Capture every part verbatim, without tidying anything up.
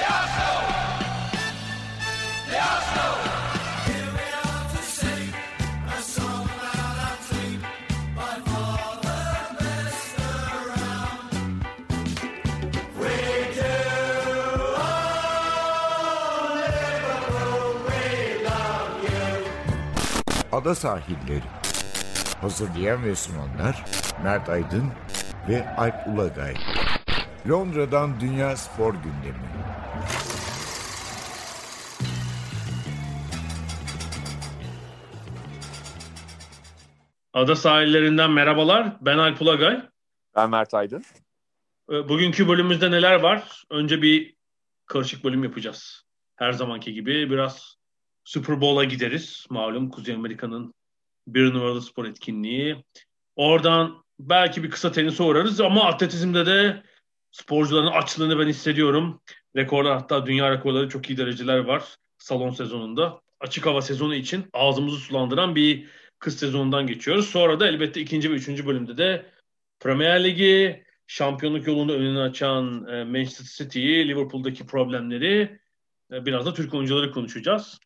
Ada Sahilleri. Hazırlayan ve sunanlar Mert Aydın ve Alp Ulagay. Londra'dan Dünya Spor Gündemi. Ada sahillerinden merhabalar. Ben Alp Ulagay. Ben Mert Aydın. Bugünkü bölümümüzde neler var? Önce bir karışık bölüm yapacağız. Her zamanki gibi biraz Super Bowl'a gideriz. Malum Kuzey Amerika'nın bir numaralı spor etkinliği. Oradan belki bir kısa tenise uğrarız ama atletizmde de sporcuların açlığını ben hissediyorum. Rekorlar, hatta dünya rekorları, çok iyi dereceler var salon sezonunda. Açık hava sezonu için ağzımızı sulandıran bir kış sezonundan geçiyoruz. Sonra da elbette ikinci ve üçüncü bölümde de Premier Ligi, şampiyonluk yolunda önünü açan Manchester City'yi, Liverpool'daki problemleri, biraz da Türk oyuncuları konuşacağız.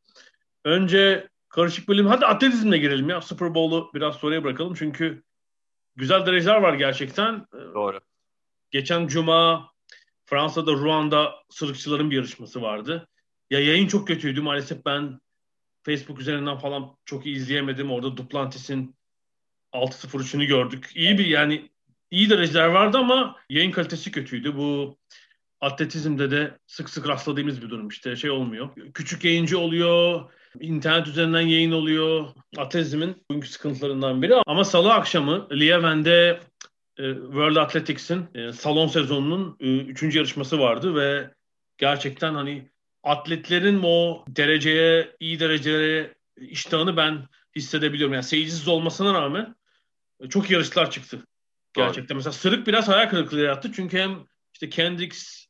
Önce karışık bölüm, hadi atletizmle girelim ya. Super Bowl'u biraz sonraya bırakalım çünkü güzel dereceler var gerçekten. Doğru. Geçen cuma Fransa'da Rouen'da sırıkçıların bir yarışması vardı. Ya yayın çok kötüydü maalesef, ben Facebook üzerinden falan çok iyi izleyemedim. Orada Duplantis'in altı sıfır üçünü gördük. İyi bir, yani iyi dereceler vardı ama yayın kalitesi kötüydü. Bu atletizmde de sık sık rastladığımız bir durum, işte şey olmuyor. Küçük yayıncı oluyor, internet üzerinden yayın oluyor. Atletizmin bugünkü sıkıntılarından biri. Ama salı akşamı Lieven'de e, World Athletics'in e, salon sezonunun e, üçüncü yarışması vardı ve gerçekten hani atletlerin o dereceye, iyi derecelere iştahını ben hissedebiliyorum. Yani seyircisiz olmasına rağmen e, çok iyi yarışlar çıktı. Gerçekten. Doğru. Mesela Sırık biraz hayal kırıklığı yarattı. Çünkü hem işte Kendricks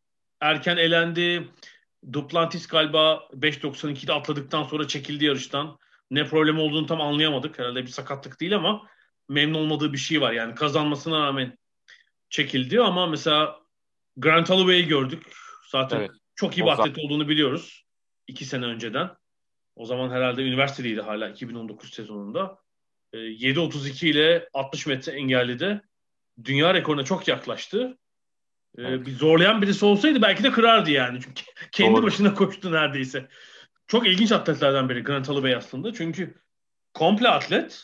erken elendi. Duplantis galiba beş doksan ikide atladıktan sonra çekildi yarıştan. Ne problem olduğunu tam anlayamadık. Herhalde bir sakatlık değil ama memnun olmadığı bir şey var. Yani kazanmasına rağmen çekildi ama mesela Grant Holloway'i gördük. Zaten evet, çok iyi bir atlet olduğunu biliyoruz. İki sene önceden. O zaman herhalde üniversitedeydi hala, iki bin on dokuz sezonunda. yedi otuz iki ile altmış metre engellide dünya rekoruna çok yaklaştı. Evet. Bir zorlayan birisi olsaydı belki de kırardı yani. Çünkü kendi Doğru. başına koştu neredeyse. Çok ilginç atletlerden biri Grant Holloway aslında. Çünkü komple atlet.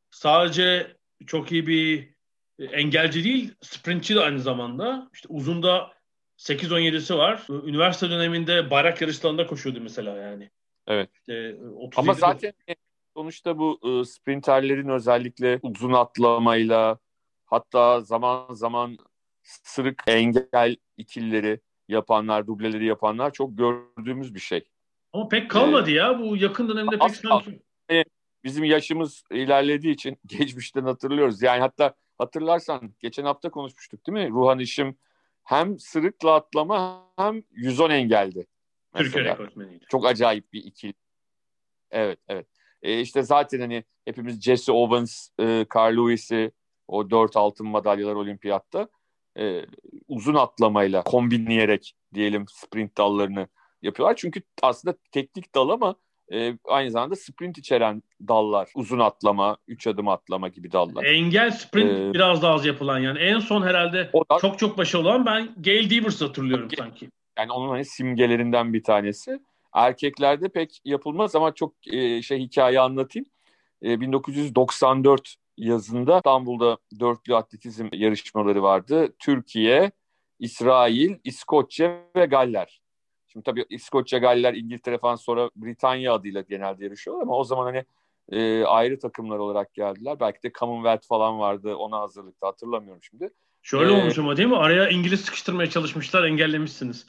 Sadece çok iyi bir engelci değil, sprintçi de aynı zamanda. İşte uzunda sekiz on yedisi var. Üniversite döneminde bayrak yarışlarında koşuyordu mesela yani. Evet. İşte ama zaten sonuçta bu ıı, sprinterlerin özellikle uzun atlamayla, hatta zaman zaman sırık engel ikilileri yapanlar, dubleleri yapanlar çok gördüğümüz bir şey. Ama pek kalmadı ee, ya. Bu yakın dönemde pek sanki. Bizim yaşımız ilerlediği için geçmişten hatırlıyoruz. Yani hatta hatırlarsan geçen hafta konuşmuştuk değil mi? Ruhan İşim hem sırıkla atlama hem yüz on engeldi. Türkiye rekortmeniydi. Çok acayip bir ikili. Evet, evet. Ee, işte zaten hani hepimiz Jesse Owens, e, Carl Lewis'i, o dört altın madalyalar olimpiyatta e, uzun atlamayla kombinleyerek diyelim sprint dallarını yapıyorlar. Çünkü aslında teknik dal ama e, aynı zamanda sprint içeren dallar. Uzun atlama, üç adım atlama gibi dallar. Engel sprint ee, biraz daha az yapılan yani. En son herhalde da, çok çok başarılı olan ben Gail Devers'ı hatırlıyorum Gail, sanki. Yani onun hani simgelerinden bir tanesi. Erkeklerde pek yapılmaz ama çok e, şey hikaye anlatayım. E, bin dokuz yüz doksan dört yazında İstanbul'da dörtlü atletizm yarışmaları vardı. Türkiye, İsrail, İskoçya ve Galler. Şimdi tabii İskoçya, Galler, İngiltere falan, sonra Britanya adıyla genelde yarışıyorlar ama o zaman hani e, ayrı takımlar olarak geldiler. Belki de Commonwealth falan vardı ona hazırlıkta, hatırlamıyorum şimdi. Şöyle ee, olmuş ama değil mi? Araya İngiliz sıkıştırmaya çalışmışlar, engellemişsiniz.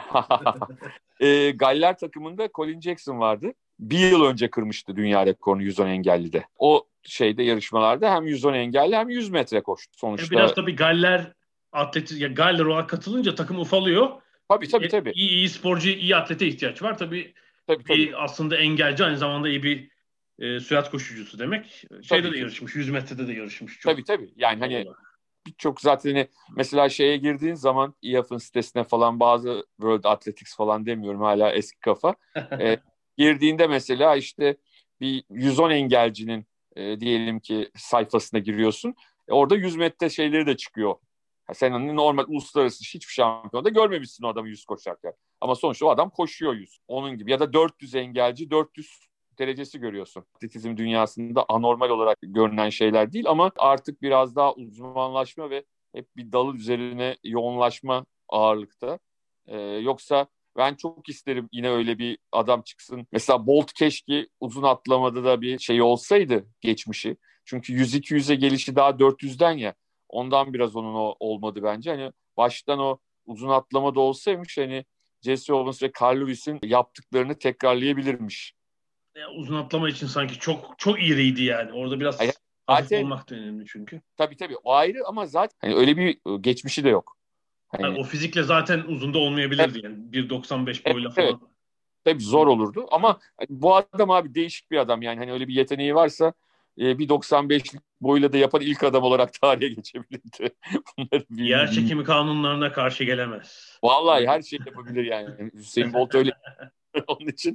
e, Galler takımında Colin Jackson vardı. Bir yıl önce kırmıştı dünya rekorunu yüz on engellide. O şeyde yarışmalarda hem yüz on engelli hem yüz metre koştu sonuçta. E biraz tabii Galler atleti, ya Galler olarak katılınca takım ufalıyor. Tabii tabii tabii. İyi, iyi sporcu, iyi atlete ihtiyaç var. Tabii, tabii, tabii. Bir, aslında engelci aynı zamanda iyi bir e, sürat koşucusu demek. Şeyde tabii de yarışmış, yüz metrede de yarışmış. Çok tabii tabii. Yani hani birçok zaten hani mesela şeye girdiğin zaman I A F'ın sitesine falan bazı World Athletics falan demiyorum hala eski kafa. E, girdiğinde mesela işte bir yüz on engelcinin e, diyelim ki sayfasına giriyorsun. E, orada yüz metre şeyleri de çıkıyor. Ha, sen hani normal uluslararası hiçbir şampiyonada görmemişsin o adamı yüz koşarken. Ama sonuçta o adam koşuyor yüz. Onun gibi ya da dört yüz engelci dört yüz derecesi görüyorsun. Atletizm dünyasında anormal olarak görünen şeyler değil ama artık biraz daha uzmanlaşma ve hep bir dal üzerine yoğunlaşma ağırlıkta. Ee, yoksa ben çok isterim yine öyle bir adam çıksın. Mesela Bolt keşke uzun atlamada da bir şey olsaydı geçmişi. Çünkü yüz iki yüze gelişi daha dört yüzden ya. Ondan biraz onun o olmadı bence. Hani baştan o uzun atlamada olsaymış hani Jesse Owens ve Carl Lewis'in yaptıklarını tekrarlayabilirmiş. Ya, uzun atlama için sanki çok çok iriydi yani. Orada biraz Hayır, hafif zaten, olmak da önemli çünkü. tabii tabii o ayrı ama zaten hani öyle bir geçmişi de yok. Yani Hani, o fizikle zaten uzunda evet, olmayabilirdi yani. bir doksan beş evet, boyla evet. falan. Tabii zor olurdu ama hani bu adam abi değişik bir adam yani hani öyle bir yeteneği varsa e, bir doksan beşlik boyuyla da yapan ilk adam olarak tarihe geçebilirdi. Bunları Yer bilmiyorum. çekimi kanunlarına karşı gelemez. Vallahi her şey yapabilir yani. Hüseyin Bolt öyle. Onun için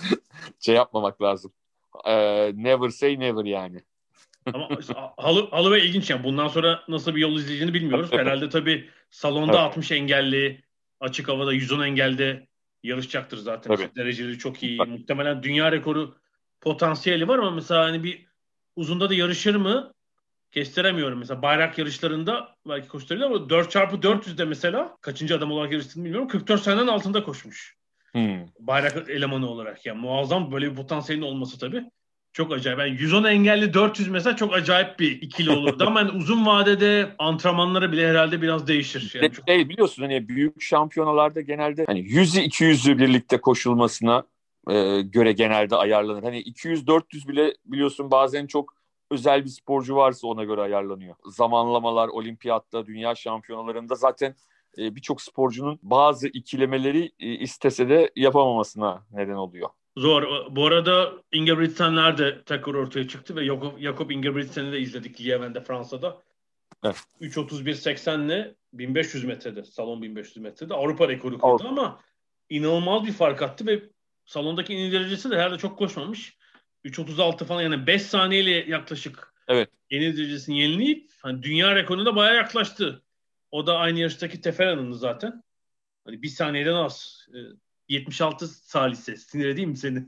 şey yapmamak lazım. Ee, never say never yani. Ama halı, halı ve ilginç yani. Bundan sonra nasıl bir yol izleyeceğini bilmiyoruz. Herhalde tabii salonda altmış engelli, açık havada yüz on engelde yarışacaktır zaten. Tabii. İşte dereceleri çok iyi. Muhtemelen dünya rekoru potansiyeli var ama mesela hani bir uzunda da yarışır mı? Kestiremiyorum. Mesela bayrak yarışlarında belki koşturabilir ama dört çarpı dört yüzde mesela kaçıncı adam olarak yarıştığını bilmiyorum. kırk dört saniyeden altında koşmuş. Hmm. Bayrak elemanı olarak. Yani muazzam böyle bir potansiyelin olması tabii. Çok acayip. Yani yüz on engelli dört yüz mesela çok acayip bir ikili olurdu ama yani uzun vadede antrenmanları bile herhalde biraz değişir. Yani çok... Şey, biliyorsun hani büyük şampiyonalarda genelde hani yüzü iki yüzü birlikte koşulmasına e, göre genelde ayarlanır. Hani iki yüz dört yüz bile biliyorsun bazen çok özel bir sporcu varsa ona göre ayarlanıyor. Zamanlamalar olimpiyatta, dünya şampiyonalarında zaten e, birçok sporcunun bazı ikilemeleri e, istese de yapamamasına neden oluyor. Zor. Bu arada Ingebrigtsenler de tekrar ortaya çıktı ve Jakob, Jakob Ingebrigtsen'i de izledik Lieven'de Fransa'da. Evet. üç otuz bir seksenle bin beş yüz metrede, salon bin beş yüz metrede Avrupa rekoru kırdı evet. Ama inanılmaz bir fark attı ve salondaki en iyi derecesi de herhalde çok koşmamış. üç otuz altı falan yani beş saniyeyle yaklaşık evet. en iyi derecesini yenileyip hani dünya rekoruna da bayağı yaklaştı. O da aynı yarıştaki Teferan'ın zaten. Hani bir saniyeden az. yetmiş altı salise. Sinir edeyim mi seni?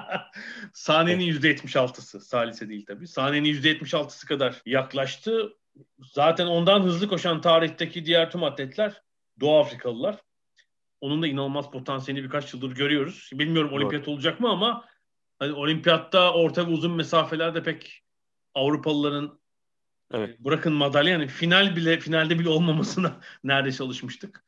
Saniyenin yüzde yetmiş altısı. Salise değil tabii. Saniyenin yüzde yetmiş altısı kadar yaklaştı. Zaten ondan hızlı koşan tarihteki diğer tüm atletler Doğu Afrikalılar. Onun da inanılmaz potansiyelini birkaç yıldır görüyoruz. Bilmiyorum olimpiyat olacak mı ama hani olimpiyatta orta ve uzun mesafelerde pek Avrupalıların evet. bırakın madalya yani final bile finalde bile olmamasına neredeyse alışmıştık.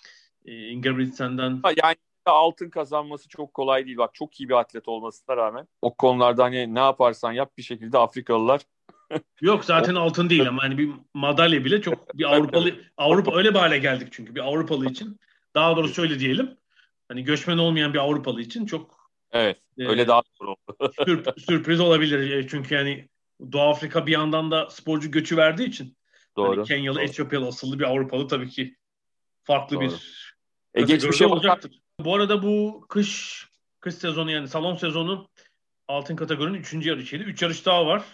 E, Ingebrigtsen'den yani altın kazanması çok kolay değil. Bak çok iyi bir atlet olmasına rağmen o konularda hani ne yaparsan yap bir şekilde Afrikalılar yok zaten altın değil ama hani bir madalya bile çok bir Avrupalı Avrupa öyle bir hale geldik çünkü bir Avrupalı için daha doğrusu şöyle diyelim hani göçmen olmayan bir Avrupalı için çok evet öyle e, daha zor oldu. sürp- sürpriz olabilir çünkü yani Doğu Afrika bir yandan da sporcu göçü verdiği için doğru. Hani Kenyalı, doğru. Etiyopyalı asıllı bir Avrupalı tabii ki farklı doğru. bir e, geçmişe olacaktır. Bak. Bu arada bu kış kış sezonu yani salon sezonu altın kategorinin üçüncü yarışıydı. Üç yarış daha var.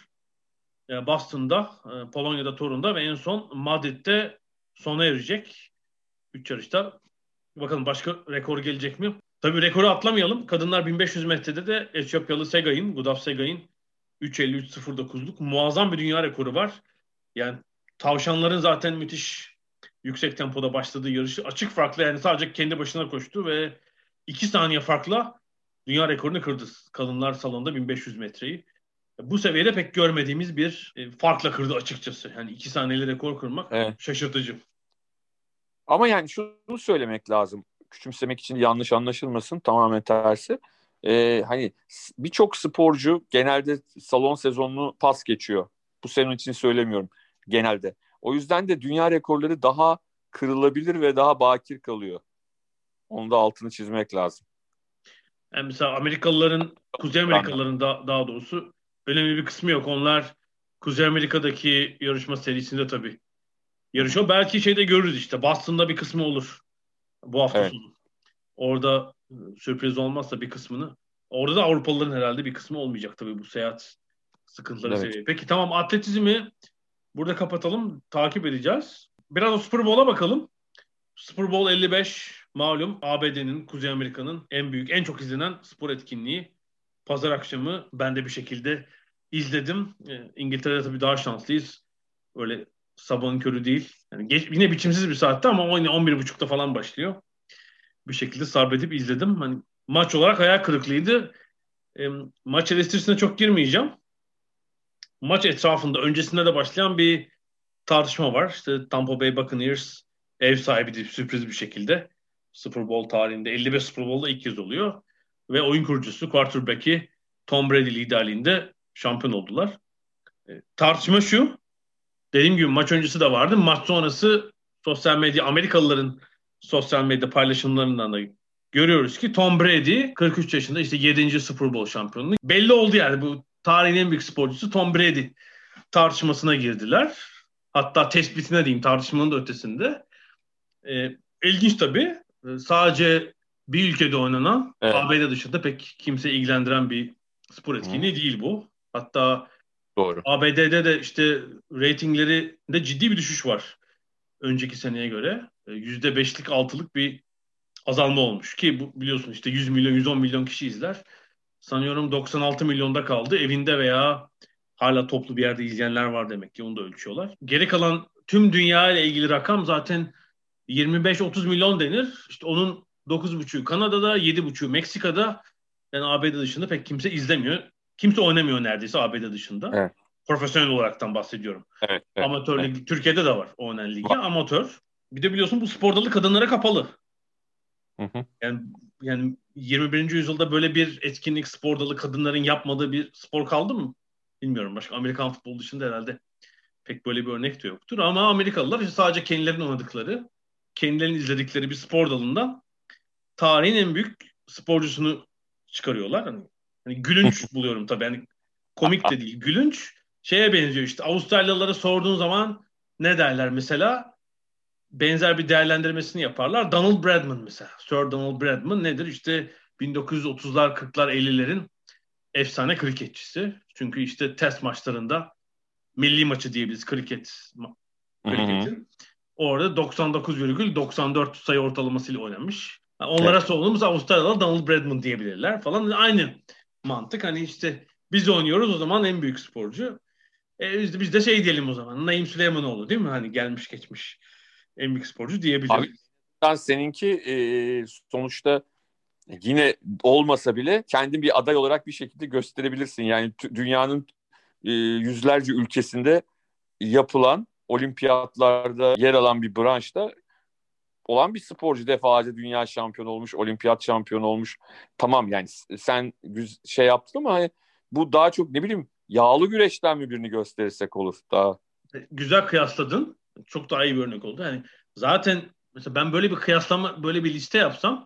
Boston'da, Polonya'da, Torun'da ve en son Madrid'de sona erecek. Üç yarışta. Bakalım başka rekor gelecek mi? Tabii rekoru atlamayalım. Kadınlar bin beş yüz metrede de Etiyopyalı Segay'ın, Gudaf Segay'ın üç elli üç sıfır dokuzluk muazzam bir dünya rekoru var. Yani tavşanların zaten müthiş yüksek tempoda başladığı yarışı açık farklı yani sadece kendi başına koştu ve iki saniye farkla dünya rekorunu kırdı. Kadınlar salonda bin beş yüz metreyi. Bu seviyede pek görmediğimiz bir farkla kırdı açıkçası. Yani iki saniyeli rekor kırmak evet. Şaşırtıcı. Ama yani şunu söylemek lazım. Küçümsemek için yanlış anlaşılmasın. Tamamen tersi. Ee, hani birçok sporcu genelde salon sezonunu pas geçiyor. Bu senin için söylemiyorum genelde. O yüzden de dünya rekorları daha kırılabilir ve daha bakir kalıyor. Onu da altını çizmek lazım. Yani mesela Amerikalıların, Kuzey Amerikalıların da, daha doğrusu önemli bir kısmı yok. Onlar Kuzey Amerika'daki yarışma serisinde tabii yarışıyor. Belki şeyde görürüz işte. Boston'da bir kısmı olur bu hafta Evet. sonu. Orada e, sürpriz olmazsa bir kısmını. Orada da Avrupalıların herhalde bir kısmı olmayacak tabii bu seyahat sıkıntıları Evet. sebebiyle. Peki tamam, atletizmi burada kapatalım. Takip edeceğiz. Biraz o Super Bowl'a bakalım. Super Bowl elli beş malum A B D'nin, Kuzey Amerika'nın en büyük, en çok izlenen spor etkinliği. Pazar akşamı ben de bir şekilde izledim. E, İngiltere'de tabii daha şanslıyız. Öyle sabahın körü değil. Yani geç, yine biçimsiz bir saatte ama o yine on bir buçukta falan başlıyor. Bir şekilde sabredip izledim. Hani maç olarak hayal kırıklığıydı. E, maç eleştirisine çok girmeyeceğim. Maç etrafında öncesinde de başlayan bir tartışma var. İşte Tampa Bay Buccaneers ev sahibi değil, sürpriz bir şekilde. Super Bowl tarihinde elli beş Super Bowl'da ilk kez oluyor. Ve oyun kurucusu, quarterback'i Tom Brady liderliğinde şampiyon oldular. E, tartışma şu. Dediğim gibi maç öncesi de vardı. Maç sonrası sosyal medya, Amerikalıların sosyal medya paylaşımlarından da görüyoruz ki Tom Brady kırk üç yaşında işte yedinci Super Bowl şampiyonluğu. Belli oldu yani, bu tarihin en büyük sporcusu Tom Brady tartışmasına girdiler. Hatta tespitine diyeyim, tartışmanın da ötesinde. E, ilginç tabii. E, sadece bir ülkede oynanan, Evet. A B D dışında pek kimse ilgilendiren bir spor etkinliği Hı. değil bu. Hatta Doğru. A B D'de de işte reytinglerinde ciddi bir düşüş var önceki seneye göre. E, yüzde beşlik altılık bir azalma olmuş ki bu biliyorsun işte yüz milyon yüz on milyon kişi izler. Sanıyorum doksan altı milyonda kaldı. Evinde veya hala toplu bir yerde izleyenler var demek ki, onu da ölçüyorlar. Geri kalan tüm dünya ile ilgili rakam zaten yirmi beş otuz milyon denir. İşte onun dokuz buçuğu Kanada'da, yedi buçuğu Meksika'da. Yani A B D dışında pek kimse izlemiyor. Kimse oynamıyor neredeyse A B D dışında. Evet. Profesyonel olaraktan bahsediyorum. Evet, evet, Amatör evet. lig Türkiye'de de var oynanan ligi. Amatör. Bir de biliyorsun bu spor dalı kadınlara kapalı. Hı hı. Yani yani yirmi birinci yüzyılda böyle bir etkinlik, spor dalı kadınların yapmadığı bir spor kaldı mı? Bilmiyorum. Başka Amerikan futbolu dışında herhalde pek böyle bir örnek de yoktur. Ama Amerikalılar işte sadece kendilerinin oynadıkları, kendilerinin izledikleri bir spor dalından tarihin en büyük sporcusunu çıkarıyorlar. Hani, hani gülünç buluyorum tabii. Yani komik de değil. Gülünç. Şeye benziyor işte. Avustralyalılara sorduğun zaman ne derler mesela? Benzer bir değerlendirmesini yaparlar. Donald Bradman mesela. Sir Donald Bradman nedir? İşte bin dokuz yüz otuzlar, kırklar, ellilerin efsane kriketçisi. Çünkü işte test maçlarında milli maçı diyebiliriz kriket kriketin. Orada doksan dokuz virgül doksan dört sayı ortalamasıyla oynanmış. Yani onlara evet. sorduğumuz Avustralyalı Donald Bradman diyebilirler falan. Aynı mantık. Hani işte biz oynuyoruz, o zaman en büyük sporcu. E biz, de, biz de şey diyelim o zaman. Naim Süleymanoğlu değil mi? Hani gelmiş geçmiş en büyük sporcu diyebiliriz. Abi seninki e, sonuçta yine olmasa bile kendin bir aday olarak bir şekilde gösterebilirsin. Yani t- dünyanın e, yüzlerce ülkesinde yapılan olimpiyatlarda yer alan bir branşta olan bir sporcu, defalarca dünya şampiyonu olmuş, olimpiyat şampiyonu olmuş. Tamam yani sen şey yaptın ama hani bu daha çok ne bileyim yağlı güreşten mi birini gösterirsek olur daha. Güzel kıyasladın. Çok daha iyi bir örnek oldu. Yani zaten mesela ben böyle bir kıyaslama, böyle bir liste yapsam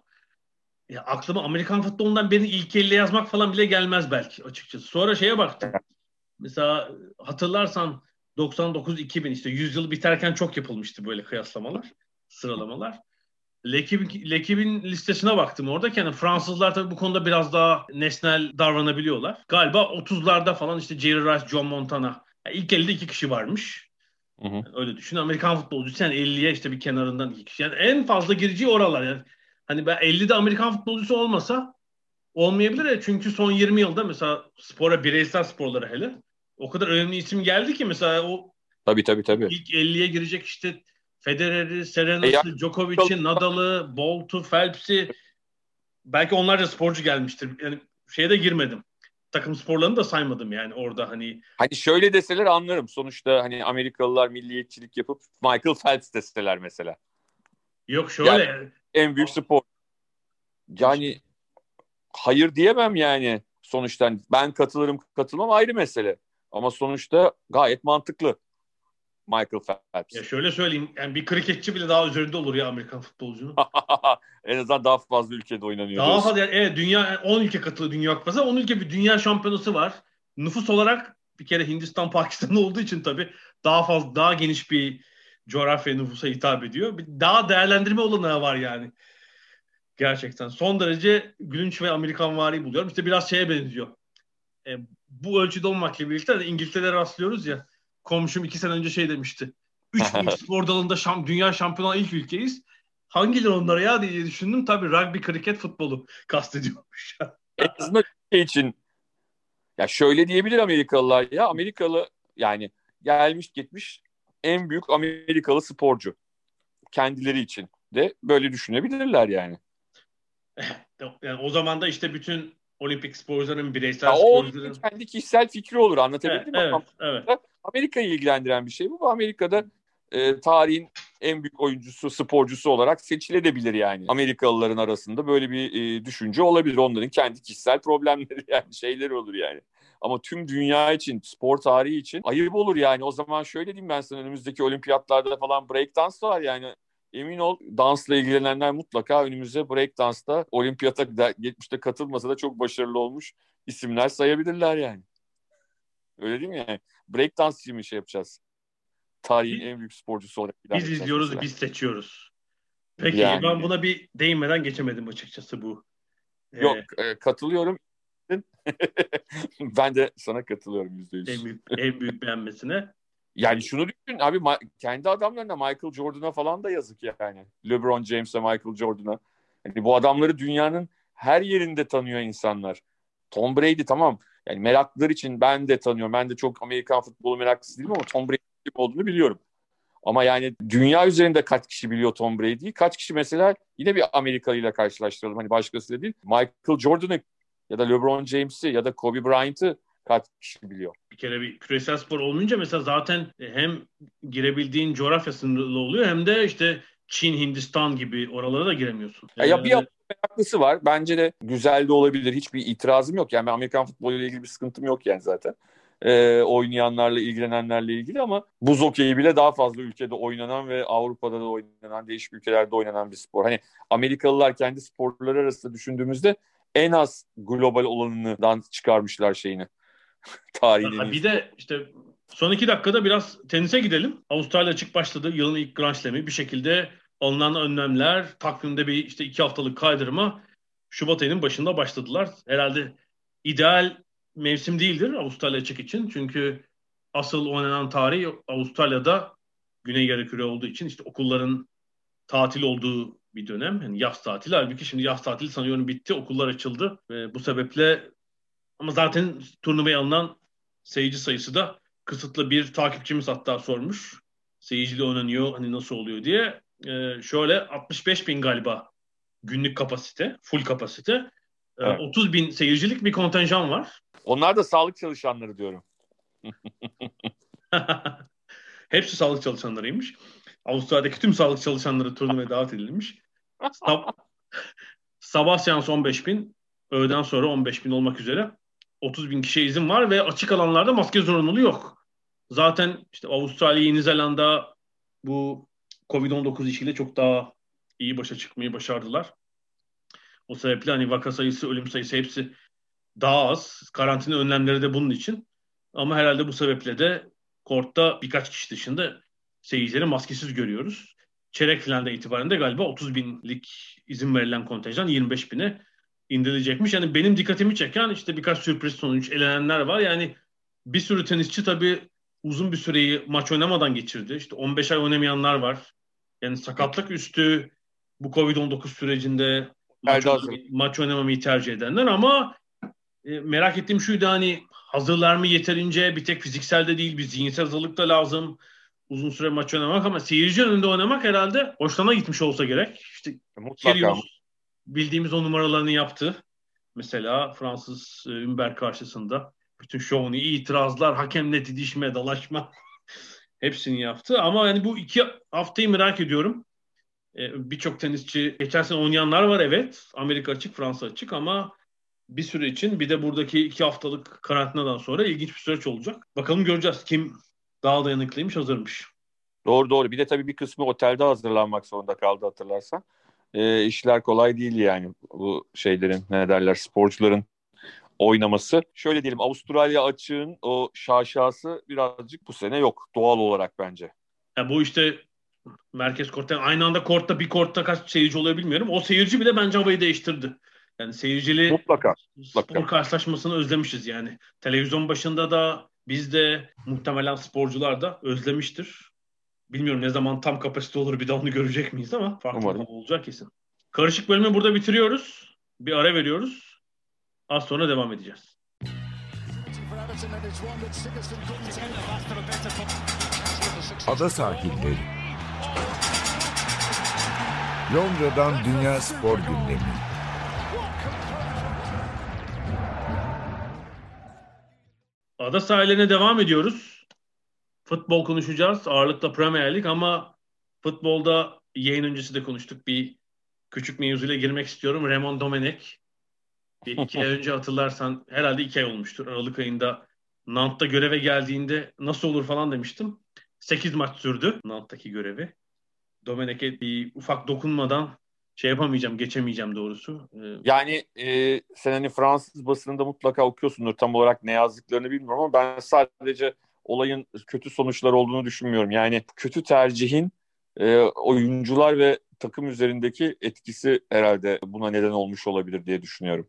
ya aklıma Amerikan futbolundan birini ilk elle yazmak falan bile gelmez belki açıkçası. Sonra şeye baktım. Mesela hatırlarsan doksan dokuz iki bin işte yüz yıl biterken çok yapılmıştı böyle kıyaslamalar, sıralamalar. Lekibin, Lekibin listesine baktım orada. Yani Fransızlar tabii bu konuda biraz daha nesnel davranabiliyorlar. Galiba otuzlarda falan işte Jerry Rice, John Montana. Yani ilk elde iki kişi varmış. Hı hı. Yani öyle düşün. Amerikan futbolcusu yani elliye işte bir kenarından iki kişi. Yani en fazla gireceği oralar. Yani hani ben ellide Amerikan futbolcusu olmasa olmayabilir ya. Çünkü son yirmi yılda mesela spora, bireysel sporlara hele o kadar önemli isim geldi ki mesela o tabii tabii tabii. ilk elliye girecek işte Federer'i, Serena'sı, e Djokovic'i, Nadal'ı, Bolt'u, Phelps'i, belki onlarca sporcu gelmiştir. Yani şeye de girmedim. Takım sporlarını da saymadım yani orada hani. Hani şöyle deseler anlarım. Sonuçta hani Amerikalılar milliyetçilik yapıp Michael Phelps deseler mesela. Yok şöyle. Yani en büyük spor. Yani hayır diyemem yani sonuçta. Ben katılırım katılmam ayrı mesele. Ama sonuçta gayet mantıklı. Michael Phelps. Ya şöyle söyleyeyim. Yani bir kriketçi bile daha üzerinde olur ya Amerikan futbolcunun. En azından daha fazla ülkede oynanıyor. Daha fazla yani, evet, dünya on ülke katılıyor Dünya Kupası'na. on ülke bir dünya şampiyonası var. Nüfus olarak bir kere Hindistan, Pakistan olduğu için tabii daha fazla, daha geniş bir coğrafya nüfusa hitap ediyor. Bir daha değerlendirme olanağı var yani. Gerçekten. Son derece gülünç ve Amerikanvari buluyorum. İşte biraz şeye benziyor. E, bu ölçüde olmakla birlikte de İngiltere'de rastlıyoruz ya. Komşum iki sene önce şey demişti. Üç büyük spor dalında şam, dünya şampiyonu olan ilk ülkeyiz. Hangileri onlara ya diye düşündüm. Tabii rugby, kriket, futbolu kastediyormuş. En azından şey için ya şöyle diyebilir Amerikalılar ya Amerikalı yani gelmiş gitmiş en büyük Amerikalı sporcu kendileri için de böyle düşünebilirler yani. Yani o zaman da işte bütün olimpik sporcuların, bireysel Ya o sporcuların kendi kişisel fikri olur anlatabildim evet, mi? evet, Ama evet. Amerika'yı ilgilendiren bir şey bu. Bu Amerika'da e, tarihin en büyük oyuncusu, sporcusu olarak seçilebilir yani. Amerikalıların arasında böyle bir e, düşünce olabilir. Onların kendi kişisel problemleri yani şeyleri olur yani. Ama tüm dünya için, spor tarihi için ayıp olur yani. O zaman şöyle diyeyim ben sana önümüzdeki olimpiyatlarda falan breakdance var yani. Emin ol dansla ilgilenenler mutlaka önümüze breakdance'da olimpiyata geçmişte katılmasa da çok başarılı olmuş isimler sayabilirler yani. Öyle değil mi yani? Breakdance için mi şey yapacağız? Tarihin en büyük sporcusu olarak ilan Biz edeceğiz izliyoruz, mesela. biz seçiyoruz. Peki Yani. ben buna bir değinmeden geçemedim açıkçası bu. Yok Ee, e, katılıyorum. Ben de sana katılıyorum yüzde yüz. en büyük, en büyük beğenmesine. Yani şunu düşün abi kendi adamlarına Michael Jordan'a falan da yazık yani. LeBron James'e Michael Jordan'a. Yani bu adamları dünyanın her yerinde tanıyor insanlar. Tom Brady tamam. Yani meraklılar için ben de tanıyorum. Ben de çok Amerikan futbolu meraklısı değilim ama Tom Brady kim olduğunu biliyorum. Ama yani dünya üzerinde kaç kişi biliyor Tom Brady'yi? Kaç kişi mesela yine bir Amerikalı ile karşılaştıralım. Hani başkasıyla değil. Michael Jordan'ı ya da LeBron James'i ya da Kobe Bryant'ı kaç kişi biliyor? Bir kere bir küresel spor olmayınca mesela zaten hem girebildiğin coğrafya sınırlı oluyor hem de işte Çin, Hindistan gibi oralara da giremiyorsun. Ya, ya bir Ee, meraklısı var. Bence de güzel de olabilir. Hiçbir itirazım yok. Yani ben Amerikan futboluyla ilgili bir sıkıntım yok yani zaten. Ee, oynayanlarla, ilgilenenlerle ilgili ama buz hokeyi bile daha fazla ülkede oynanan ve Avrupa'da da oynanan, değişik ülkelerde oynanan bir spor. Hani Amerikalılar kendi sporları arasında düşündüğümüzde en az global olanından çıkarmışlar şeyini. Tarihin en iyi bir spor. de işte son iki dakikada biraz tenise gidelim. Avustralya açık başladı. Yılın ilk Grand Slam'i. Bir şekilde alınan önlemler, takvimde bir işte iki haftalık kaydırma Şubat ayının başında başladılar. Herhalde ideal mevsim değildir Avustralya açık için. Çünkü asıl oynanan tarih Avustralya'da Güney Yarımküre olduğu için işte okulların tatil olduğu bir dönem. Yani yaz tatili. Halbuki şimdi yaz tatili sanıyorum bitti. Okullar açıldı. Ve bu sebeple ama zaten turnuvaya alınan seyirci sayısı da kısıtlı. Bir takipçimiz hatta sormuş. Seyirciyle oynanıyor hani nasıl oluyor diye. Ee, şöyle altmış beş bin galiba günlük kapasite, full kapasite. Ee, Evet. otuz bin seyircilik bir kontenjan var. Onlar da sağlık çalışanları diyorum. Hepsi sağlık çalışanlarıymış. Avustralya'daki tüm sağlık çalışanları turnuvaya davet edilmiş. Sab- Sabah seansı on beş bin, öğleden sonra on beş bin olmak üzere otuz bin kişiye izin var ve açık alanlarda maske zorunluluğu yok. Zaten işte Avustralya, Yeni Zelanda bu covid on dokuz işiyle çok daha iyi başa çıkmayı başardılar. O sebeple hani vaka sayısı, ölüm sayısı hepsi daha az. Karantina önlemleri de bunun için. Ama herhalde bu sebeple de kortta birkaç kişi dışında seyircileri maskesiz görüyoruz. Çeyrek finalden itibaren de galiba otuz binlik izin verilen kontenjan yirmi beş bine indirilecekmiş. Yani benim dikkatimi çeken işte birkaç sürpriz sonuç elenenler var. Yani bir sürü tenisçi tabii uzun bir süreyi maç oynamadan geçirdi. İşte on beş ay oynamayanlar var. Yani sakatlık üstü bu covid on dokuz sürecinde maç, oynamayı, maç oynamamayı tercih edenler ama e, merak ettiğim şuydu hani hazırlar mı yeterince bir tek fiziksel de değil bir zihinsel hazırlık da lazım. Uzun süre maç oynamak ama seyirci önünde oynamak herhalde hoşlarına gitmiş olsa gerek. İşte Kyrgios bildiğimiz o numaralarını yaptı. Mesela Fransız e, Ümber karşısında bütün şovunu, itirazlar, hakemle didişme, dalaşma hepsini yaptı. Ama yani bu iki haftayı merak ediyorum. E, birçok tenisçi geçen sene oynayanlar var evet. Amerika açık, Fransa açık ama bir süre için bir de buradaki iki haftalık karantinadan sonra ilginç bir süreç olacak. Bakalım göreceğiz kim daha dayanıklıymış, hazırmış. Doğru doğru. Bir de tabii bir kısmı otelde hazırlanmak zorunda kaldı hatırlarsan. E, işler kolay değil yani bu şeylerin ne derler sporcuların oynaması. Şöyle diyelim Avustralya açığın o şaşası birazcık bu sene yok doğal olarak bence. Ya bu işte Merkez kortta aynı anda kortta bir kortta kaç seyirci oluyor bilmiyorum. O seyirci bile bence havayı değiştirdi. Yani seyircili Mutlaka. spor Mutlaka. karşılaşmasını özlemişiz yani. Televizyon başında da biz de muhtemelen sporcular da özlemiştir. Bilmiyorum ne zaman tam kapasite olur bir de onu görecek miyiz ama farklı bir Umarım. hava olacak kesin. Karışık bölümü burada bitiriyoruz. Bir ara veriyoruz. Az sonra devam edeceğiz. Ada sahilleri. Londra'dan Dünya Spor Gündemi. Ada sahillerine devam ediyoruz. Futbol konuşacağız. Ağırlıkla Premier Lig ama futbolda yayın öncesi de konuştuk. Bir küçük mevzuyla girmek istiyorum. Raymond Domenech. Bir iki ay önce hatırlarsan herhalde iki ay olmuştur. Aralık ayında Nantes'ta göreve geldiğinde nasıl olur falan demiştim. sekiz maç sürdü Nantes'taki görevi. Domenech'e bir ufak dokunmadan şey yapamayacağım, geçemeyeceğim doğrusu. Ee, Yani e, sen hani Fransız basınında mutlaka okuyorsundur, tam olarak ne yazdıklarını bilmiyorum ama ben sadece olayın kötü sonuçlar olduğunu düşünmüyorum. Yani kötü tercihin e, oyuncular ve takım üzerindeki etkisi herhalde buna neden olmuş olabilir diye düşünüyorum.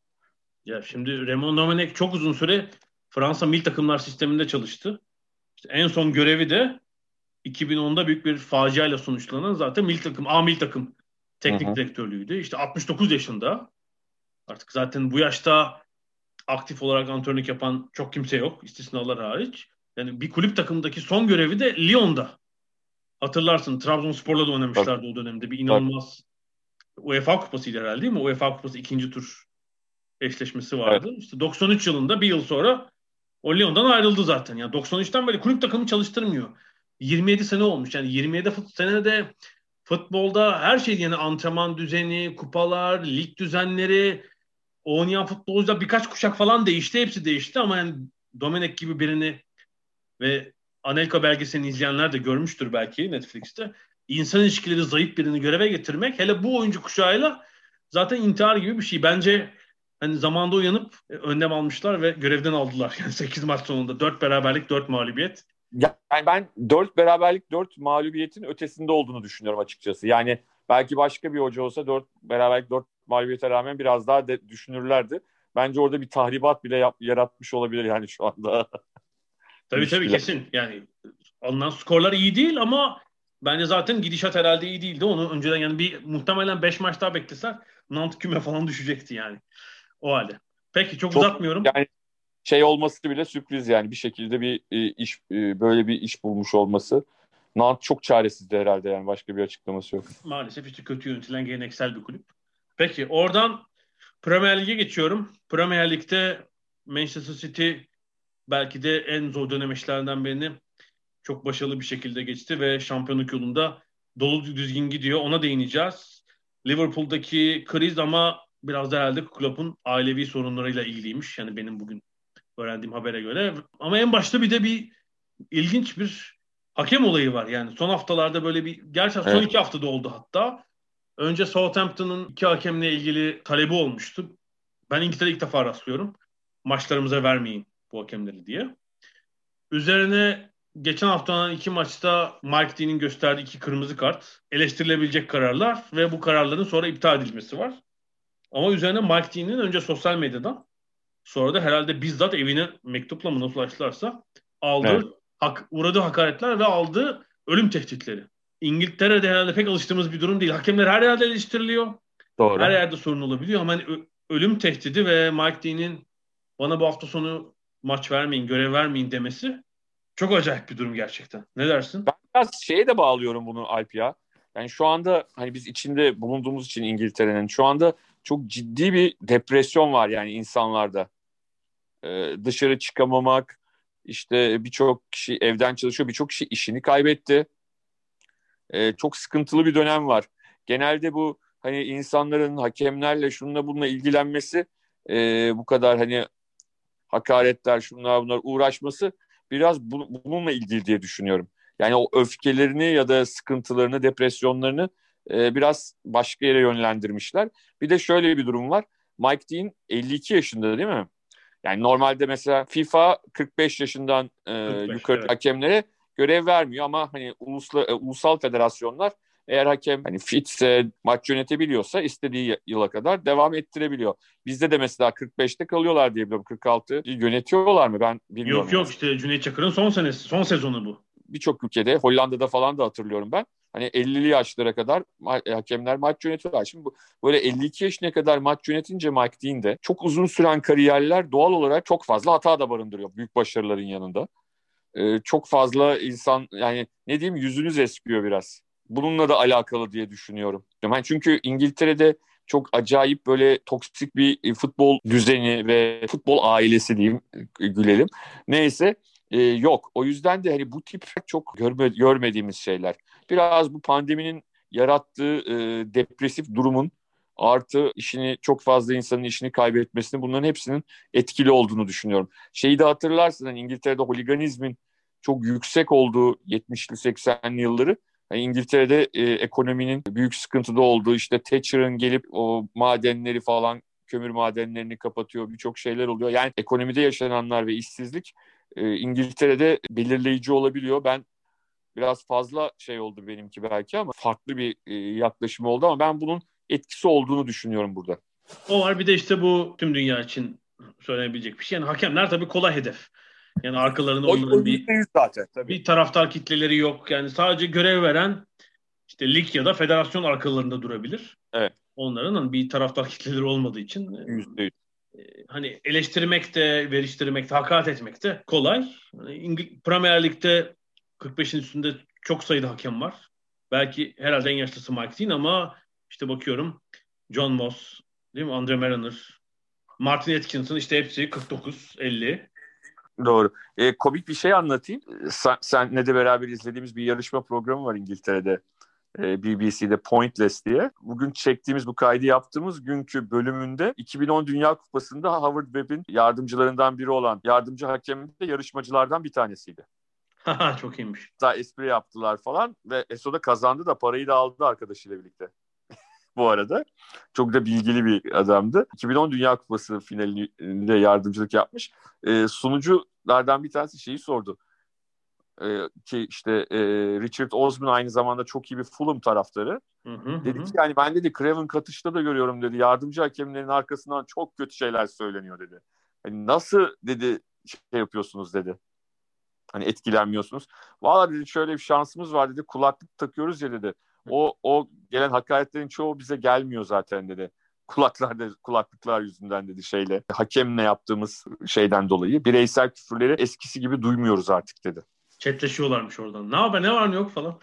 Ya şimdi Raymond Domenech çok uzun süre Fransa milli takımlar sisteminde çalıştı. İşte en son görevi de iki bin onda büyük bir faciayla sonuçlanan zaten milli takım, A milli takım teknik Hı hı. direktörlüğüydü. İşte altmış dokuz yaşında. Artık zaten bu yaşta aktif olarak antrenörlük yapan çok kimse yok. İstisnalar hariç. Yani bir kulüp takımındaki son görevi de Lyon'da. Hatırlarsın Trabzonspor'la da oynamışlardı o dönemde. Bir inanılmaz UEFA kupasıydı herhalde değil mi? UEFA kupası ikinci tur eşleşmesi vardı. Evet. İşte doksan üç yılında bir yıl sonra o Lyon'dan ayrıldı zaten. Yani doksan üçten beri kulüp takımı çalıştırmıyor. yirmi yedi sene olmuş. Yani yirmi yedi fut- senede futbolda her şey yani antrenman düzeni, kupalar, lig düzenleri, oynayan futbolcular birkaç kuşak falan değişti. Hepsi değişti ama yani Domenech gibi birini ve Anelka belgeselini izleyenler de görmüştür belki Netflix'te. İnsan ilişkileri zayıf birini göreve getirmek hele bu oyuncu kuşağıyla zaten intihar gibi bir şey. Bence hani zamanda uyanıp e, önlem almışlar ve görevden aldılar. Yani sekiz maç sonunda dört beraberlik dört mağlubiyet. Yani ben dört beraberlik dört mağlubiyetin ötesinde olduğunu düşünüyorum açıkçası. Yani belki başka bir hoca olsa dört beraberlik dört mağlubiyete rağmen biraz daha de düşünürlerdi. Bence orada bir tahribat bile yap, yaratmış olabilir yani şu anda. Tabii tabii kesin. Yani alınan skorlar iyi değil ama bence zaten gidişat herhalde iyi değildi. Onu önceden yani bir muhtemelen beş maç daha bekleser Nantes küme falan düşecekti yani. O halde. Peki çok, Çok uzatmıyorum. yani şey olması bile sürpriz yani bir şekilde bir e, iş e, böyle bir iş bulmuş olması. Nantes çok çaresizdi herhalde yani başka bir açıklaması yok. Maalesef işte kötü yönetilen geleneksel bir kulüp. Peki oradan Premier Lig'e geçiyorum. Premier Lig'de Manchester City belki de en zor dönemeçlerinden birini çok başarılı bir şekilde geçti ve şampiyonluk yolunda dolu düzgün gidiyor. Ona değineceğiz. Liverpool'daki kriz ama biraz da herhalde Klopp'un ailevi sorunlarıyla ilgiliymiş. Yani benim bugün öğrendiğim habere göre. Ama en başta bir de bir ilginç bir hakem olayı var. Yani son haftalarda böyle bir, gerçekten son Evet. iki haftada oldu hatta. Önce Southampton'ın iki hakemle ilgili talebi olmuştu. Ben İngiltere'de ilk defa rastlıyorum. Maçlarımıza vermeyin bu hakemleri diye. Üzerine geçen haftanın iki maçta Mike Dean'in gösterdiği iki kırmızı kart, eleştirilebilecek kararlar ve bu kararların sonra iptal edilmesi var. Ama üzerine Mike Dean'in önce sosyal medyadan, sonra da herhalde bizzat evine mektupla mı nasıl ulaştılarsa aldığı, Evet. hak, uğradığı hakaretler ve aldığı ölüm tehditleri. İngiltere'de herhalde pek alıştığımız bir durum değil. Hakemler her yerde eleştiriliyor. Doğru. Her yerde sorun olabiliyor ama hani ö- ölüm tehdidi ve Mike Dean'in bana bu hafta sonu maç vermeyin, görev vermeyin demesi çok acayip bir durum gerçekten. Ne dersin? Ben biraz şeye de bağlıyorum bunu Alp ya. Yani şu anda hani biz içinde bulunduğumuz için İngiltere'nin şu anda çok ciddi bir depresyon var yani insanlarda. Ee, dışarı çıkamamak, işte birçok kişi evden çalışıyor, birçok kişi işini kaybetti. Ee, çok sıkıntılı bir dönem var. Genelde bu hani insanların hakemlerle şununla bununla ilgilenmesi, e, bu kadar hani hakaretler, şunlar bunlar uğraşması biraz bu, bununla ilgili diye düşünüyorum. Yani o öfkelerini ya da sıkıntılarını, depresyonlarını e, biraz başka yere yönlendirmişler. Bir de şöyle bir durum var. Mike Dean elli iki yaşında değil mi? Yani normalde mesela FIFA kırk beş yaşından e, kırk beş, yukarı evet. hakemlere görev vermiyor ama hani ulusal, ulusal federasyonlar eğer hakem hani fitse, maç yönetebiliyorsa istediği yıla kadar devam ettirebiliyor. Bizde de mesela kırk beşte kalıyorlar diye biliyorum. kırk altı yönetiyorlar mı ben bilmiyorum. Yok yok işte Cüneyt Çakır'ın son senesi, son sezonu bu. Birçok ülkede, Hollanda'da falan da hatırlıyorum ben. Hani ellili yaşlara kadar ma- hakemler maç yönetiyorlar. Şimdi bu, böyle elli iki yaşına kadar maç yönetince Mike Dean de çok uzun süren kariyerler doğal olarak çok fazla hata da barındırıyor büyük başarıların yanında. Ee, çok fazla insan yani ne diyeyim yüzünüz eskiyor biraz. Bununla da alakalı diye düşünüyorum. Yani çünkü İngiltere'de çok acayip böyle toksik bir futbol düzeni ve futbol ailesi diyeyim gülelim. Neyse e, yok. O yüzden de hani bu tip çok görme, görmediğimiz şeyler. Biraz bu pandeminin yarattığı e, depresif durumun artı işini çok fazla insanın işini kaybetmesini bunların hepsinin etkili olduğunu düşünüyorum. Şeyi de hatırlarsın hani İngiltere'de holiganizmin çok yüksek olduğu yetmişli seksenli yılları yani İngiltere'de e, ekonominin büyük sıkıntıda olduğu işte Thatcher'ın gelip o madenleri falan kömür madenlerini kapatıyor birçok şeyler oluyor. Yani ekonomide yaşananlar ve işsizlik e, İngiltere'de belirleyici olabiliyor. Ben biraz fazla şey oldu benimki belki ama farklı bir e, yaklaşım oldu ama ben bunun etkisi olduğunu düşünüyorum burada. O var bir de işte bu tüm dünya için söylenebilecek bir şey. Yani hakemler tabii kolay hedef. Yani arkalarında O, onların o bir zaten tabii. bir taraftar kitleleri yok. Yani sadece görev veren işte lig ya da federasyon arkalarında durabilir. Evet. Onların hani bir taraftar kitleleri olmadığı için yüzde yüz. e, hani eleştirmek de, veriştirmek de, hakaret etmek de kolay. Yani İngil- Premier Lig'de kırk beşin üstünde çok sayıda hakem var. Belki herhalde en yaşlısı Mike Dean ama işte bakıyorum John Moss, değil mi? Andre Mariner, Martin Atkinson işte hepsi kırk dokuz elli. Doğru. E, komik bir şey anlatayım. Sen, senle de beraber izlediğimiz bir yarışma programı var İngiltere'de. E, B B C'de Pointless diye. Bugün çektiğimiz bu kaydı yaptığımız günkü bölümünde iki bin on Dünya Kupası'nda Howard Webb'in yardımcılarından biri olan yardımcı hakem de yarışmacılardan bir tanesiydi. Çok iyiymiş. Daha espri yaptılar falan ve Eso'da kazandı da parayı da aldı arkadaşıyla birlikte. Bu arada. Çok da bilgili bir adamdı. iki bin on Dünya Kupası finalinde yardımcılık yapmış. E, sunuculardan bir tanesi şeyi sordu. E, ki işte e, Richard Osman aynı zamanda çok iyi bir Fulham taraftarı. Hı hı Dedi hı. ki yani ben dedi Craven Cottage'da da görüyorum dedi. Yardımcı hakemlerin arkasından çok kötü şeyler söyleniyor dedi. Hani nasıl dedi şey yapıyorsunuz dedi. Hani etkilenmiyorsunuz. Valla dedi şöyle bir şansımız var dedi. Kulaklık takıyoruz ya dedi. O o gelen hakaretlerin çoğu bize gelmiyor zaten dedi. Kulaklarda kulaklıklar yüzünden dedi şeyle. Hakemle yaptığımız şeyden dolayı bireysel küfürleri eskisi gibi duymuyoruz artık dedi. Chatleşiyorlarmış oradan. Ne haber, ne var ne yok falan.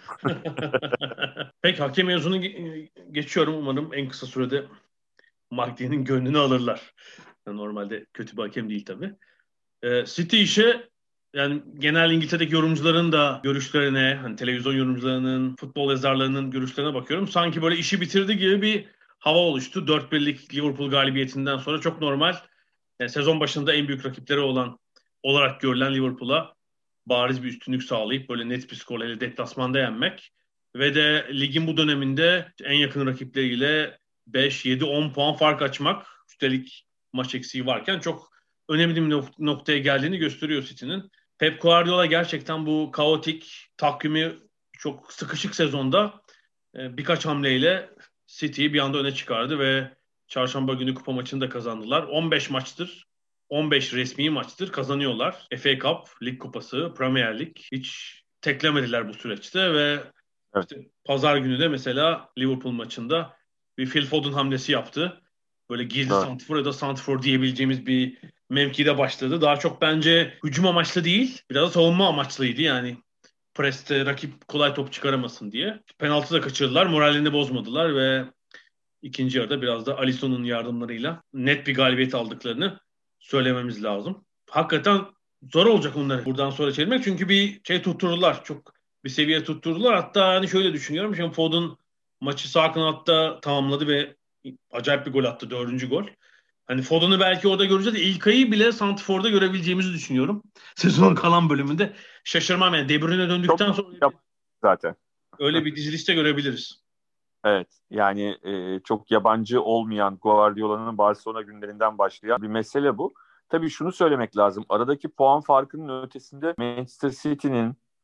Peki hakem mezunu geçiyorum. Umarım en kısa sürede Mike gönlünü alırlar. Yani normalde kötü bir hakem değil tabii. Ee, City işe yani genel İngiltere'deki yorumcuların da görüşlerine, hani televizyon yorumcularının, futbol yazarlarının görüşlerine bakıyorum. Sanki böyle işi bitirdi gibi bir hava oluştu. dört birlik Liverpool galibiyetinden sonra çok normal. Yani sezon başında en büyük rakipleri olan olarak görülen Liverpool'a bariz bir üstünlük sağlayıp böyle net bir skorla ile deplasmanda yenmek ve de ligin bu döneminde en yakın rakipleriyle beş, yedi, on puan fark açmak, üstelik maç eksiği varken çok önemli bir noktaya geldiğini gösteriyor City'nin. Pep Guardiola gerçekten bu kaotik takvimi çok sıkışık sezonda birkaç hamleyle City'yi bir anda öne çıkardı ve çarşamba günü kupa maçını da kazandılar. on beş maçtır on beş resmi maçtır kazanıyorlar. F A Cup, Lig Kupası, Premier Lig hiç teklemediler bu süreçte ve Evet. işte pazar günü de mesela Liverpool maçında bir Phil Foden hamlesi yaptı. Böyle gizli Evet. santrfor ya da santrfor diyebileceğimiz bir mevkide başladı. Daha çok bence hücum amaçlı değil, biraz da savunma amaçlıydı yani. Preste rakip kolay top çıkaramasın diye. Penaltı da kaçırdılar, moralini bozmadılar ve ikinci yarıda biraz da Alisson'un yardımlarıyla net bir galibiyet aldıklarını söylememiz lazım. Hakikaten zor olacak onları buradan sonra çevirmek. Çünkü bir şey tutturdular. Çok bir seviye tutturdular. Hatta hani şöyle düşünüyorum. Şimdi Foden maçı sağ kanatta tamamladı ve acayip bir gol attı. Dördüncü gol. Hani Foden'ı belki orada göreceğiz. İlkay'ı bile Santrfor'da görebileceğimizi düşünüyorum. Sezonun kalan bölümünde. Şaşırmam yani. De Bruyne döndükten Çok sonra yap zaten. öyle bir dizilişte görebiliriz. Evet yani e, çok yabancı olmayan Guardiola'nın Barcelona günlerinden başlayan bir mesele bu. Tabii şunu söylemek lazım. Aradaki puan farkının ötesinde Manchester City'nin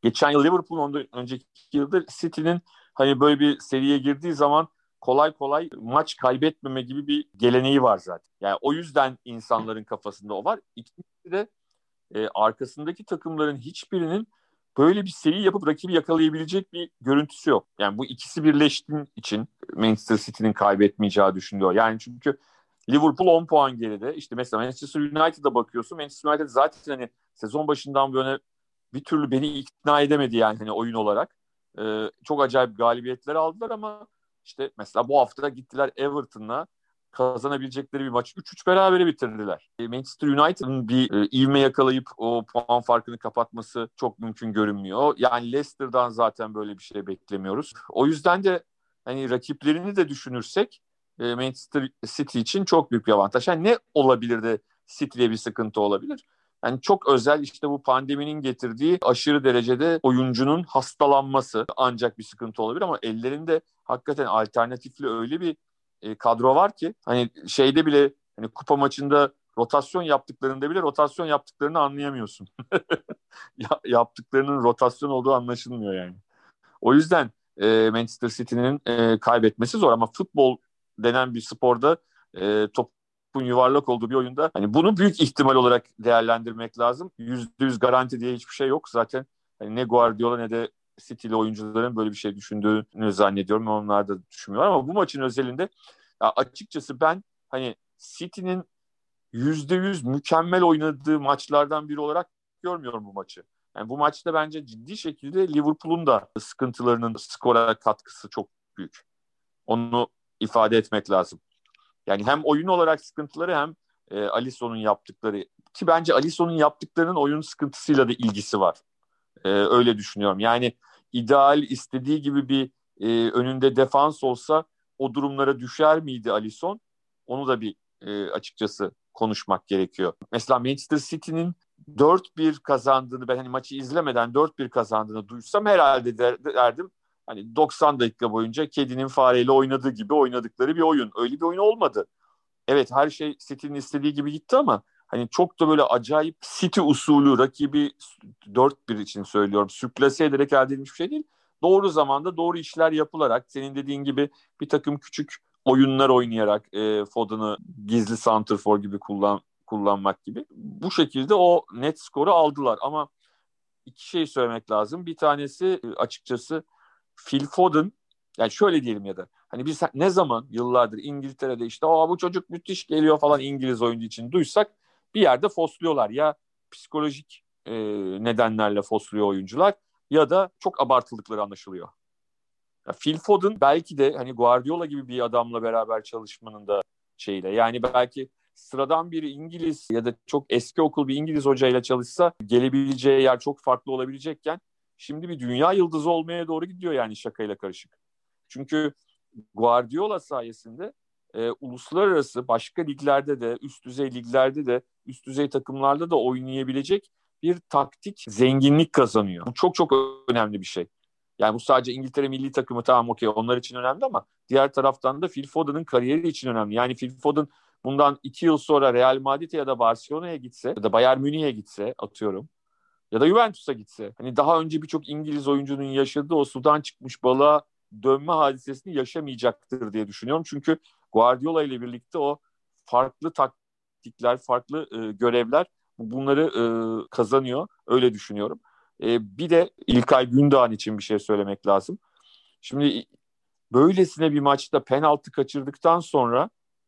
geçen yıl Liverpool, ondan önceki yılda City'nin hani böyle bir seriye girdiği zaman kolay kolay maç kaybetmeme gibi bir geleneği var zaten. Yani o yüzden insanların kafasında o var. İkincisi de e, arkasındaki takımların hiçbirinin böyle bir seri yapıp rakibi yakalayabilecek bir görüntüsü yok. Yani bu ikisi birleştiği için Manchester City'nin kaybetmeyeceği düşünülüyor. Yani çünkü Liverpool on puan geride. İşte mesela Manchester United'a bakıyorsun. Manchester United zaten hani sezon başından böyle bir türlü beni ikna edemedi yani hani oyun olarak. Ee, çok acayip galibiyetler aldılar ama işte mesela bu hafta gittiler Everton'la, kazanabilecekleri bir maçı üç üç berabere bitirdiler. E, Manchester United'ın bir e, ivme yakalayıp o puan farkını kapatması çok mümkün görünmüyor. Yani Leicester'dan zaten böyle bir şey beklemiyoruz. O yüzden de hani rakiplerini de düşünürsek e, Manchester City için çok büyük bir avantaj. Yani ne olabilir de City'ye bir sıkıntı olabilir? Yani çok özel işte bu pandeminin getirdiği aşırı derecede oyuncunun hastalanması ancak bir sıkıntı olabilir ama ellerinde hakikaten alternatifli öyle bir e, kadro var ki hani şeyde bile hani kupa maçında rotasyon yaptıklarında bile rotasyon yaptıklarını anlayamıyorsun. ya, yaptıklarının rotasyon olduğu anlaşılmıyor yani. O yüzden e, Manchester City'nin e, kaybetmesi zor ama futbol denen bir sporda e, topun yuvarlak olduğu bir oyunda hani bunu büyük ihtimal olarak değerlendirmek lazım. Yüzde yüz garanti diye hiçbir şey yok. Zaten hani ne Guardiola ne de City'li oyuncuların böyle bir şey düşündüğünü zannediyorum. Onlar da düşünmüyorlar ama bu maçın özelinde ya açıkçası ben hani City'nin yüzde yüz mükemmel oynadığı maçlardan biri olarak görmüyorum bu maçı. Yani bu maçta bence ciddi şekilde Liverpool'un da sıkıntılarının skora katkısı çok büyük. Onu ifade etmek lazım. Yani hem oyun olarak sıkıntıları hem e, Alisson'un yaptıkları ki bence Alisson'un yaptıklarının oyun sıkıntısıyla da ilgisi var. E, öyle düşünüyorum. Yani ideal istediği gibi bir e, önünde defans olsa o durumlara düşer miydi Alisson? Onu da bir e, açıkçası konuşmak gerekiyor. Mesela Manchester City'nin dört bir kazandığını ben hani maçı izlemeden dört bir kazandığını duysam herhalde der, derdim hani doksan dakika boyunca kedinin fareyle oynadığı gibi oynadıkları bir oyun. Öyle bir oyun olmadı. Evet her şey City'nin istediği gibi gitti ama hani çok da böyle acayip City usulü rakibi dört bir için söylüyorum. Sürklase ederek elde edilmiş bir şey değil. Doğru zamanda doğru işler yapılarak senin dediğin gibi bir takım küçük oyunlar oynayarak e, Foden'ı gizli santrfor gibi kullan, kullanmak gibi. Bu şekilde o net skoru aldılar ama iki şey söylemek lazım. Bir tanesi açıkçası Phil Foden yani şöyle diyelim ya da hani biz ne zaman yıllardır İngiltere'de işte Aa, bu çocuk müthiş geliyor falan İngiliz oyuncu için duysak bir yerde fosluyorlar. Ya psikolojik e, nedenlerle fosluyor oyuncular ya da çok abartıldıkları anlaşılıyor. Ya Phil Foden belki de hani Guardiola gibi bir adamla beraber çalışmanın da şeyle yani belki sıradan bir İngiliz ya da çok eski okul bir İngiliz hocayla çalışsa gelebileceği yer çok farklı olabilecekken şimdi bir dünya yıldızı olmaya doğru gidiyor yani şakayla karışık. Çünkü Guardiola sayesinde e, uluslararası başka liglerde de üst düzey liglerde de üst düzey takımlarda da oynayabilecek bir taktik zenginlik kazanıyor. Bu çok çok önemli bir şey. Yani bu sadece İngiltere milli takımı tamam okey onlar için önemli ama diğer taraftan da Phil Foden'ın kariyeri için önemli. Yani Phil Foden bundan iki yıl sonra Real Madrid'e ya da Barcelona'ya gitse ya da Bayern Münih'e gitse atıyorum ya da Juventus'a gitse hani daha önce birçok İngiliz oyuncunun yaşadığı o sudan çıkmış balığa dönme hadisesini yaşamayacaktır diye düşünüyorum. Çünkü Guardiola ile birlikte o farklı taktikler, farklı e, görevler bunları e, kazanıyor. Öyle düşünüyorum. E, bir de İlkay Gündoğan için bir şey söylemek lazım. Şimdi böylesine bir maçta penaltı kaçırdıktan sonra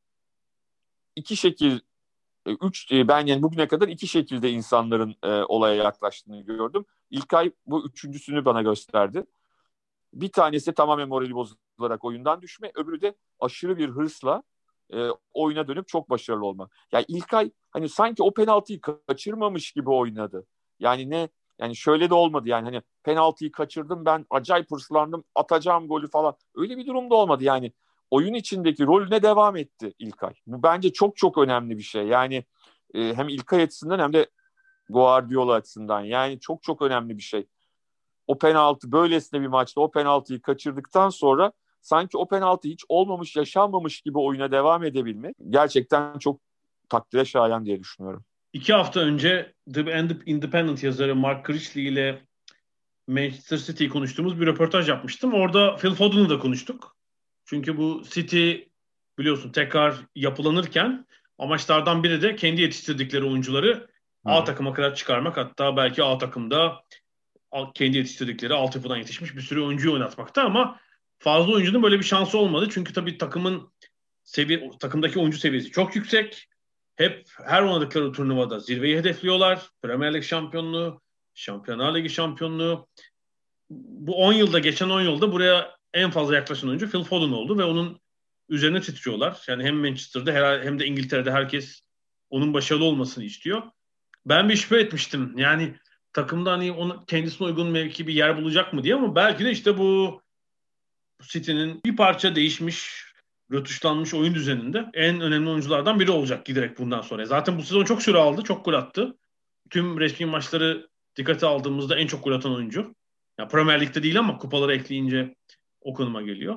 iki şekil, üç ben yani bugüne kadar iki şekilde insanların e, olaya yaklaştığını gördüm. İlkay bu üçüncüsünü bana gösterdi. Bir tanesi tamamen morali bozularak oyundan düşme, öbürü de aşırı bir hırsla e, oyuna dönüp çok başarılı olma. Yani İlkay hani sanki o penaltıyı kaçırmamış gibi oynadı. Yani ne yani şöyle de olmadı yani hani penaltıyı kaçırdım ben acayip hırslandım atacağım golü falan. Öyle bir durumda olmadı yani. Oyun içindeki rolüne devam etti İlkay. Bu bence çok çok önemli bir şey. Yani e, hem İlkay açısından hem de Guardiola açısından. Yani çok çok önemli bir şey. O penaltı böylesine bir maçta o penaltıyı kaçırdıktan sonra sanki o penaltı hiç olmamış, yaşanmamış gibi oyuna devam edebilmek gerçekten çok takdire şayan diye düşünüyorum. İki hafta önce The Independent yazarı Mark Critchley ile Manchester City'yi konuştuğumuz bir röportaj yapmıştım. Orada Phil Foden'ı da konuştuk. Çünkü bu City biliyorsun tekrar yapılanırken amaçlardan biri de kendi yetiştirdikleri oyuncuları A takıma kadar çıkarmak. Hatta belki A takımda kendi yetiştirdikleri altyapıdan yetişmiş bir sürü oyuncuyu oynatmakta ama fazla oyuncunun böyle bir şansı olmadı. Çünkü tabii takımın seviye, takımdaki oyuncu seviyesi çok yüksek. Hep her oynadıkları turnuvada zirveyi hedefliyorlar. Premier Lig şampiyonluğu, Şampiyonlar Ligi şampiyonluğu. Bu on yılda, geçen on yılda buraya en fazla yaklaşan oyuncu Phil Foden oldu ve onun üzerine titriyorlar. Yani hem Manchester'da hem de İngiltere'de herkes onun başarılı olmasını istiyor. Ben bir şüphe etmiştim. Yani takımda hani onu kendisine uygun mevki bir yer bulacak mı diye ama belki de işte bu City'nin bir parça değişmiş, rötuşlanmış oyun düzeninde en önemli oyunculardan biri olacak giderek bundan sonra. Zaten bu sezon çok süre aldı, çok gol attı. Tüm resmi maçları dikkate aldığımızda en çok gol atan oyuncu. Yani Premier Lig'de değil ama kupaları ekleyince o konuma geliyor.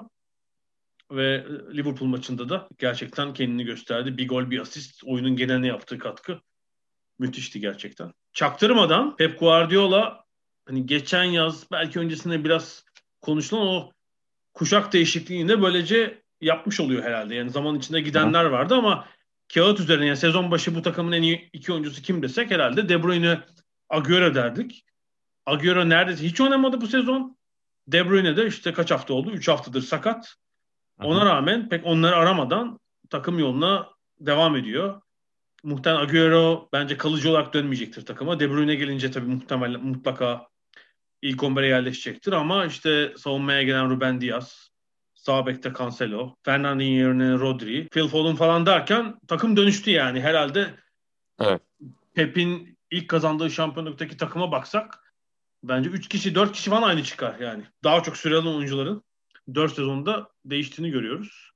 Ve Liverpool maçında da gerçekten kendini gösterdi. Bir gol, bir asist, oyunun geneline yaptığı katkı müthişti gerçekten. Çaktırmadan Pep Guardiola hani geçen yaz belki öncesinde biraz konuşulan o kuşak değişikliğini de böylece yapmış oluyor herhalde. Yani zaman içinde gidenler vardı ama kağıt üzerine yani sezon başı bu takımın en iyi iki oyuncusu kim desek herhalde De Bruyne, Agüero derdik. Agüero neredeyse hiç oynamadı bu sezon. De Bruyne de işte kaç hafta oldu? üç haftadır sakat. Ona rağmen pek onları aramadan takım yoluna devam ediyor. Muhtemelen Agüero bence kalıcı olarak dönmeyecektir takıma. De Bruyne gelince tabii muhtemelen mutlaka ilk on bire yerleşecektir ama işte savunmaya gelen Ruben Dias, sağ bekte Cancelo, Fernandinho yerine Rodri, Phil Foden falan derken takım dönüştü yani. Herhalde evet. Pep'in ilk kazandığı şampiyonluktaki takıma baksak bence üç kişi dört kişi falan aynı çıkar yani. Daha çok süreli alan oyuncuların dört sezonda değiştiğini görüyoruz.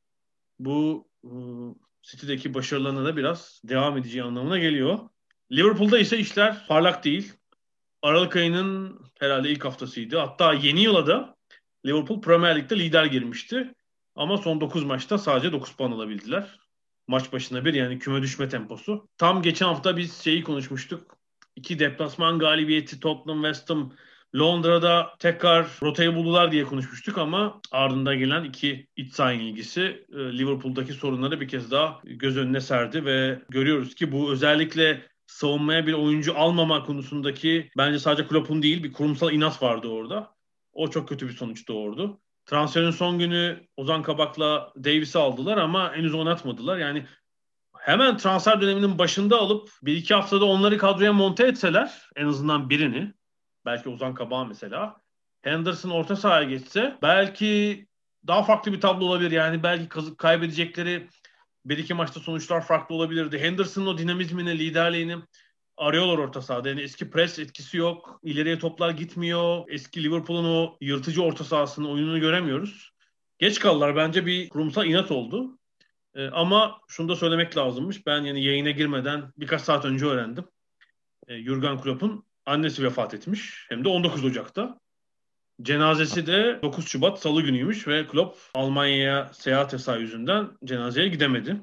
Bu ıı, City'deki başarılarına da biraz devam edeceği anlamına geliyor. Liverpool'da ise işler parlak değil. Aralık ayının herhalde ilk haftasıydı. Hatta yeni yıla da Liverpool Premier Lig'de lider girmişti. Ama son dokuz maçta sadece dokuz puan alabildiler. Maç başına bir yani küme düşme temposu. Tam geçen hafta biz şeyi konuşmuştuk. İki deplasman galibiyeti Tottenham, West Ham, Londra'da tekrar rotayı buldular diye konuşmuştuk ama ardından gelen iki iç saha ilgisi Liverpool'daki sorunları bir kez daha göz önüne serdi ve görüyoruz ki bu özellikle savunmaya bir oyuncu almama konusundaki bence sadece Klopp'un değil bir kurumsal inat vardı orada. O çok kötü bir sonuç doğurdu. Transferin son günü Ozan Kabak'la Davis'i aldılar ama henüz oynatmadılar. Yani hemen transfer döneminin başında alıp bir iki haftada onları kadroya monte etseler en azından birini belki Ozan Kabak mesela Henderson orta sahaya geçse belki daha farklı bir tablo olabilir. Yani belki kaybedecekleri bir iki maçta sonuçlar farklı olabilirdi. Henderson'ın o dinamizmini, liderliğini arıyorlar orta sahada. Yani eski pres etkisi yok. İleriye toplar gitmiyor. Eski Liverpool'un o yırtıcı orta sahasının oyununu göremiyoruz. Geç kaldılar. Bence bir kurumsal inat oldu. Ee, ama şunu da söylemek lazımmış. Ben yani yayına girmeden birkaç saat önce öğrendim. Ee, Jurgen Klopp'un annesi vefat etmiş. Hem de on dokuz Ocak'ta. Cenazesi de dokuz Şubat Salı günüymüş ve Klopp Almanya'ya seyahat yasağı yüzünden cenazeye gidemedi.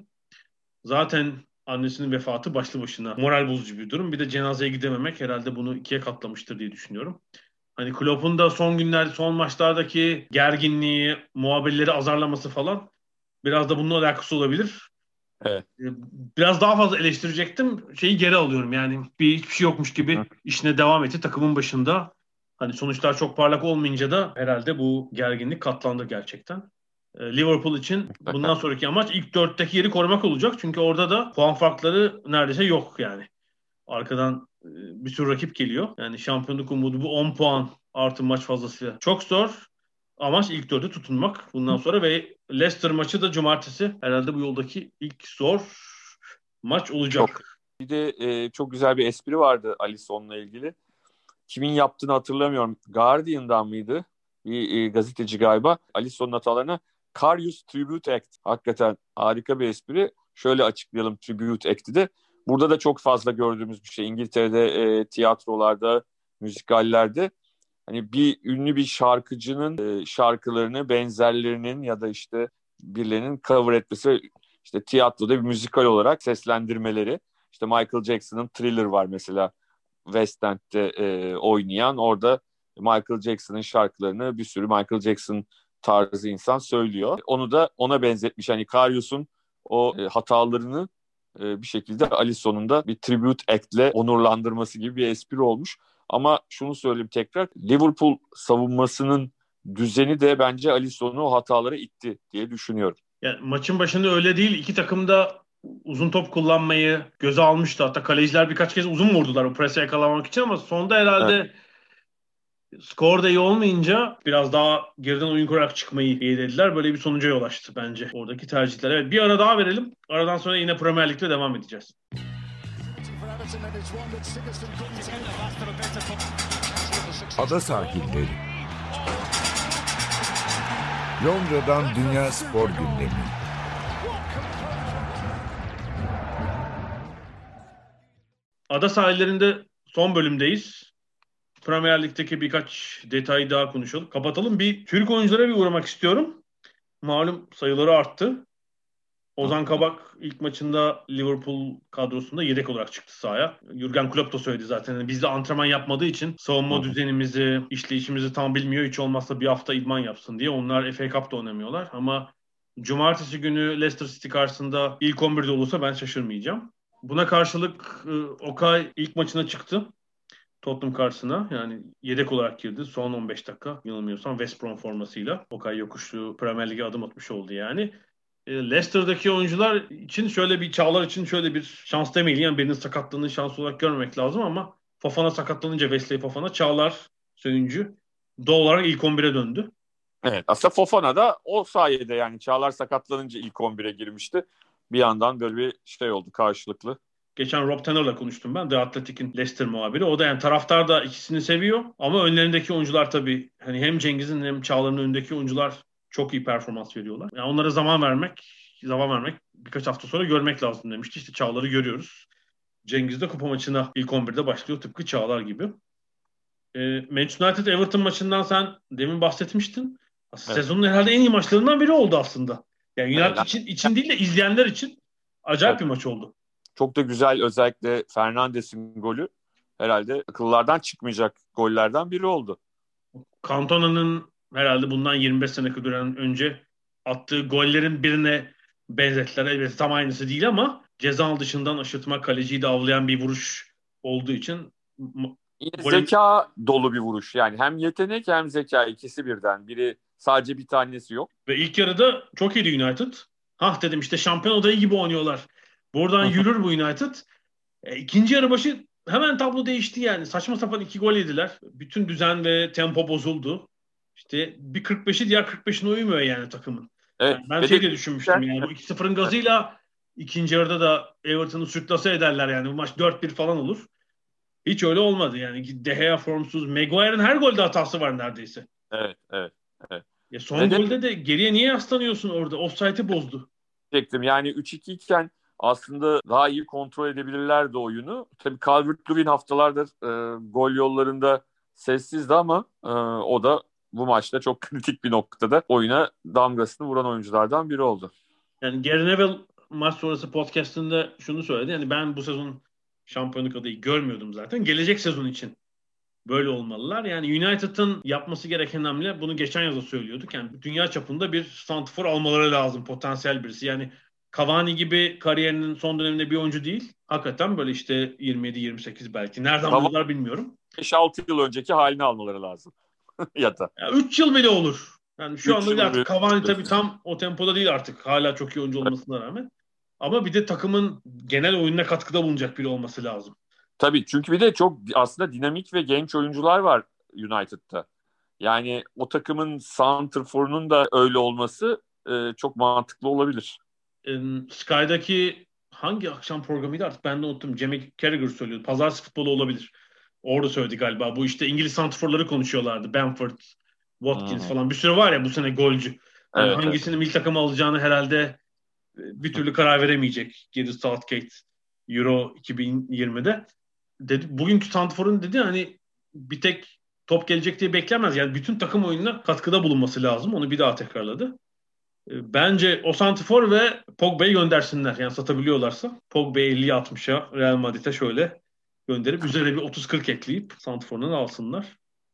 Zaten annesinin vefatı başlı başına moral bozucu bir durum. Bir de cenazeye gidememek herhalde bunu ikiye katlamıştır diye düşünüyorum. Hani Klopp'un da son günlerde, son maçlardaki gerginliği, muhabirleri azarlaması falan biraz da bununla alakası olabilir. Evet. Biraz daha fazla eleştirecektim. Şeyi geri alıyorum yani bir hiçbir şey yokmuş gibi Hı. işine devam etti takımın başında. Hani sonuçlar çok parlak olmayınca da herhalde bu gerginlik katlandı gerçekten. Liverpool için bundan sonraki amaç ilk dörtteki yeri korumak olacak. Çünkü orada da puan farkları neredeyse yok yani. Arkadan bir sürü rakip geliyor. Yani şampiyonluk umudu bu on puan artı maç fazlasıyla. Çok zor. Amaç ilk dörde tutunmak bundan sonra ve Leicester maçı da cumartesi. Herhalde bu yoldaki ilk zor maç olacak. Çok. Bir de e, çok güzel bir espri vardı Alisson'la ilgili. Kimin yaptığını hatırlamıyorum. Guardian'dan mıydı? Bir e, gazeteci galiba. Alisson'un hatalarına Karius Tribute Act. Hakikaten harika bir espri. Şöyle açıklayalım Tribute Act'i de. Burada da çok fazla gördüğümüz bir şey. İngiltere'de e, tiyatrolarda, müzikallerde hani bir ünlü bir şarkıcının e, şarkılarını benzerlerinin ya da işte birilerinin cover etmesi, işte tiyatroda bir müzikal olarak seslendirmeleri. İşte Michael Jackson'ın Thriller var mesela, West End'de e, oynayan, orada Michael Jackson'ın şarkılarını bir sürü Michael Jackson tarzı insan söylüyor. Onu da ona benzetmiş. Hani Karius'un o e, hatalarını e, bir şekilde Alisson'un da bir tribute act'le onurlandırması gibi bir espri olmuş. Ama şunu söyleyeyim tekrar. Liverpool savunmasının düzeni de bence Alisson'u o hatalara itti diye düşünüyorum. Yani maçın başında öyle değil. İki takım da uzun top kullanmayı göze almıştı. Hatta kaleciler birkaç kez uzun vurdular o presi yakalamak için ama sonda herhalde evet. Skor da iyi olmayınca biraz daha geriden oyun kurarak çıkmayı yeğlediler. Böyle bir sonuca yol açtı bence oradaki tercihler. Evet, bir ara daha verelim. Aradan sonra yine Premier Lig'de devam edeceğiz. Ada sahilleri. Londra'dan Dünya Spor Gündemi. Ada sahillerinde son bölümdeyiz. Premier Lig'deki birkaç detayı daha konuşalım. Kapatalım. Bir Türk oyunculara bir uğramak istiyorum. Malum sayıları arttı. Ozan Kabak ilk maçında Liverpool kadrosunda yedek olarak çıktı sahaya. Jürgen Klopp da söyledi zaten. Yani bizde antrenman yapmadığı için savunma düzenimizi, işleyişimizi tam bilmiyor. Hiç olmazsa bir hafta idman yapsın diye. Onlar F A Cup'ta oynamıyorlar. Ama cumartesi günü Leicester City karşısında ilk on birde olursa ben şaşırmayacağım. Buna karşılık Okay ilk maçına çıktı. Tottenham karşısına, yani yedek olarak girdi. Son on beş dakika yanılmıyorsam West Brom formasıyla. Okay yokuşlu Premier Lig'e adım atmış oldu yani. Leicester'daki oyuncular için şöyle bir, Çağlar için şöyle bir şans demeyelim. Yani birinin sakatlığını şans olarak görmemek lazım ama Fofana sakatlanınca, Wesley Fofana, Çağlar Söyüncü doğal olarak ilk on bire döndü. Evet, aslında Fofana da o sayede, yani Çağlar sakatlanınca ilk on bire girmişti. Bir yandan böyle bir şey oldu karşılıklı. Geçen Rob Tanner'la konuştum ben. The Athletic'in Leicester muhabiri. O da yani taraftar da ikisini seviyor. Ama önlerindeki oyuncular tabii hani hem Cengiz'in hem Çağlar'ın önündeki oyuncular çok iyi performans veriyorlar. Yani onlara zaman vermek, zaman vermek birkaç hafta sonra görmek lazım demişti. İşte Çağlar'ı görüyoruz. Cengiz de kupa maçına ilk on birde başlıyor tıpkı Çağlar gibi. Ee, Manchester United Everton maçından sen demin bahsetmiştin. Evet. Sezonun herhalde en iyi maçlarından biri oldu aslında. Yani United evet. için, için değil de izleyenler için acayip evet. bir maç oldu. Çok da güzel, özellikle Fernandes'in golü herhalde akıllardan çıkmayacak gollerden biri oldu. Cantona'nın herhalde bundan yirmi beş sene kadar önce attığı gollerin birine benzettiler. Evet, tam aynısı değil ama ceza dışından aşırtma, kaleciyi de avlayan bir vuruş olduğu için. Yine golün... zeka dolu bir vuruş. Yani hem yetenek hem zeka, ikisi birden. Biri sadece bir tanesi yok. Ve ilk yarıda çok iyiydi United. Hah dedim işte şampiyon adayı gibi oynuyorlar. Buradan yürür bu United. E, ikinci yarı başı hemen tablo değişti yani. Saçma sapan iki gol yediler. Bütün düzen ve tempo bozuldu. İşte bir kırk beşi diğer kırk beşine uymuyor yani takımın. Evet. Yani ben şey diye düşünmüştüm yani. Bu iki sıfırın gazıyla ikinci yarıda da Everton'u sürklase ederler yani. Bu maç dört bir falan olur. Hiç öyle olmadı yani. De Gea formsuz. Maguire'ın her golde hatası var neredeyse. Evet, evet, evet. Ya son Neden? golde de geriye niye yaslanıyorsun orada? Offside'i bozdu. Diyecektim yani üç iki iken aslında daha iyi kontrol edebilirlerdi oyunu. Tabii Calvert-Lewin haftalardır e, gol yollarında sessizdi ama e, o da bu maçta çok kritik bir noktada oyuna damgasını vuran oyunculardan biri oldu. Yani Gary Neville maç sonrası podcast'ında şunu söyledi. Yani ben bu sezon şampiyonluk adayı görmüyordum zaten. Gelecek sezon için böyle olmalılar. Yani United'ın yapması gereken hamle, bunu geçen yazda söylüyorduk. Yani dünya çapında bir santrfor almaları lazım, potansiyel birisi. Yani Cavani gibi kariyerinin son döneminde bir oyuncu değil. Hakikaten böyle işte yirmi yedi yirmi sekiz belki. Nereden bulurlar bilmiyorum. beş altı yıl önceki halini almaları lazım. ya da. üç yıl bile olur. Yani şu anda artık Cavani tabii tam o tempoda değil artık. Hala çok iyi oyuncu olmasına rağmen. Ama bir de takımın genel oyununa katkıda bulunacak biri olması lazım. Tabii, çünkü bir de çok aslında dinamik ve genç oyuncular var United'da. Yani o takımın santrforunun da öyle olması e, çok mantıklı olabilir. Sky'daki hangi akşam programıydı artık ben de unuttum. Jamie Carragher söylüyordu. Pazartesi futbolu olabilir. Orada söyledi galiba. Bu işte İngiliz santrforları konuşuyorlardı. Bamford, Watkins hmm. falan. Bir sürü var ya bu sene golcü. Yani evet, hangisini evet. milli takıma alacağını herhalde bir türlü karar veremeyecek. Gary Southgate Euro iki bin yirmide. Dedi, bugünkü santrforun dedi hani bir tek top gelecek diye beklenmez. Yani bütün takım oyununa katkıda bulunması lazım. Onu bir daha tekrarladı. Bence o santrfor ve Pogba'yı göndersinler. Yani satabiliyorlarsa Pogba'yı elliye altmışa Real Madrid'e şöyle gönderip üzerine bir otuz kırk ekleyip santrforunu alsınlar.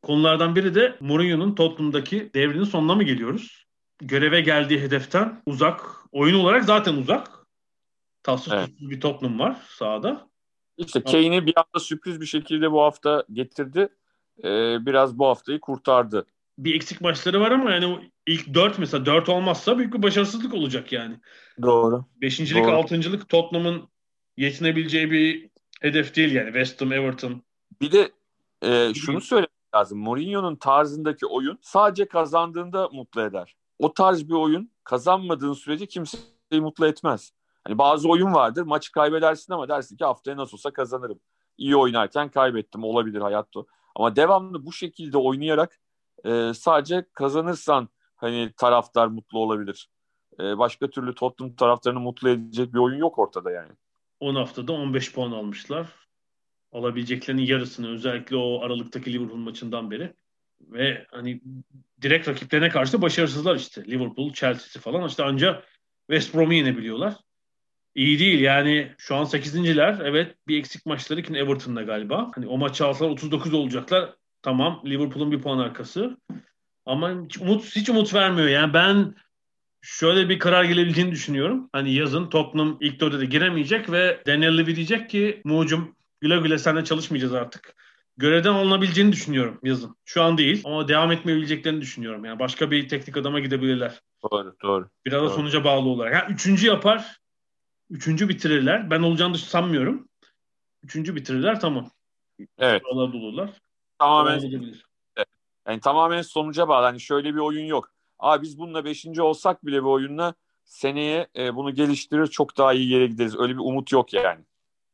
konulardan biri de Mourinho'nun Tottenham'daki devrinin sonuna mı geliyoruz? Göreve geldiği hedeften uzak. Oyun olarak zaten uzak. Tatsız Evet. tuzsuz bir Tottenham var sahada. İşte Kane'i bir anda sürpriz bir şekilde bu hafta getirdi. Ee, biraz bu haftayı kurtardı. Bir eksik maçları var ama yani o ilk dört mesela dört olmazsa büyük bir başarısızlık olacak yani. Doğru. Beşincilik, Doğru. altıncılık Tottenham'ın yetinebileceği bir hedef değil yani. West Ham, Everton. Bir de e, şunu söylemek lazım. Mourinho'nun tarzındaki oyun sadece kazandığında mutlu eder. O tarz bir oyun kazanmadığın sürece kimseyi mutlu etmez. Hani bazı oyun vardır, maçı kaybedersin ama dersin ki haftaya nasıl olsa kazanırım. İyi oynarken kaybettim, olabilir hayatta. Ama devamlı bu şekilde oynayarak e, sadece kazanırsan hani taraftar mutlu olabilir. E, başka türlü Tottenham taraftarını mutlu edecek bir oyun yok ortada yani. on haftada on beş puan almışlar. Alabileceklerinin yarısını, özellikle o Aralık'taki Liverpool maçından beri. Ve hani direkt rakiplerine karşı başarısızlar işte. Liverpool, Chelsea falan işte ancak West Brom'u yenebiliyorlar. İyi değil yani, şu an sekizinciler. Evet, bir eksik maçları ki Everton'da galiba. Hani o maçı alsalar otuz dokuz olacaklar. Tamam, Liverpool'un bir puan arkası. Ama hiç umut, hiç umut vermiyor. Yani ben şöyle bir karar gelebileceğini düşünüyorum. Hani yazın Tottenham ilk dörde de giremeyecek ve Daniel Levy diyecek ki Muğcum güle güle seninle çalışmayacağız artık. Görevden alınabileceğini düşünüyorum yazın. Şu an değil ama devam etmeyebileceklerini düşünüyorum. Yani başka bir teknik adama gidebilirler. Doğru, doğru. Biraz da doğru. sonuca bağlı olarak. Yani üçüncü yapar, üçüncü bitirirler. Ben olacağını sanmıyorum. Üçüncü bitirirler, tamam. Evet. Sıralar dolurlar. Tamamen Devam edebilir. yani tamamen sonuca bağlı. Hani şöyle bir oyun yok. Aa biz bununla beşinci olsak bile bir oyunla seneye e, bunu geliştirir çok daha iyi yere gideriz. Öyle bir umut yok yani.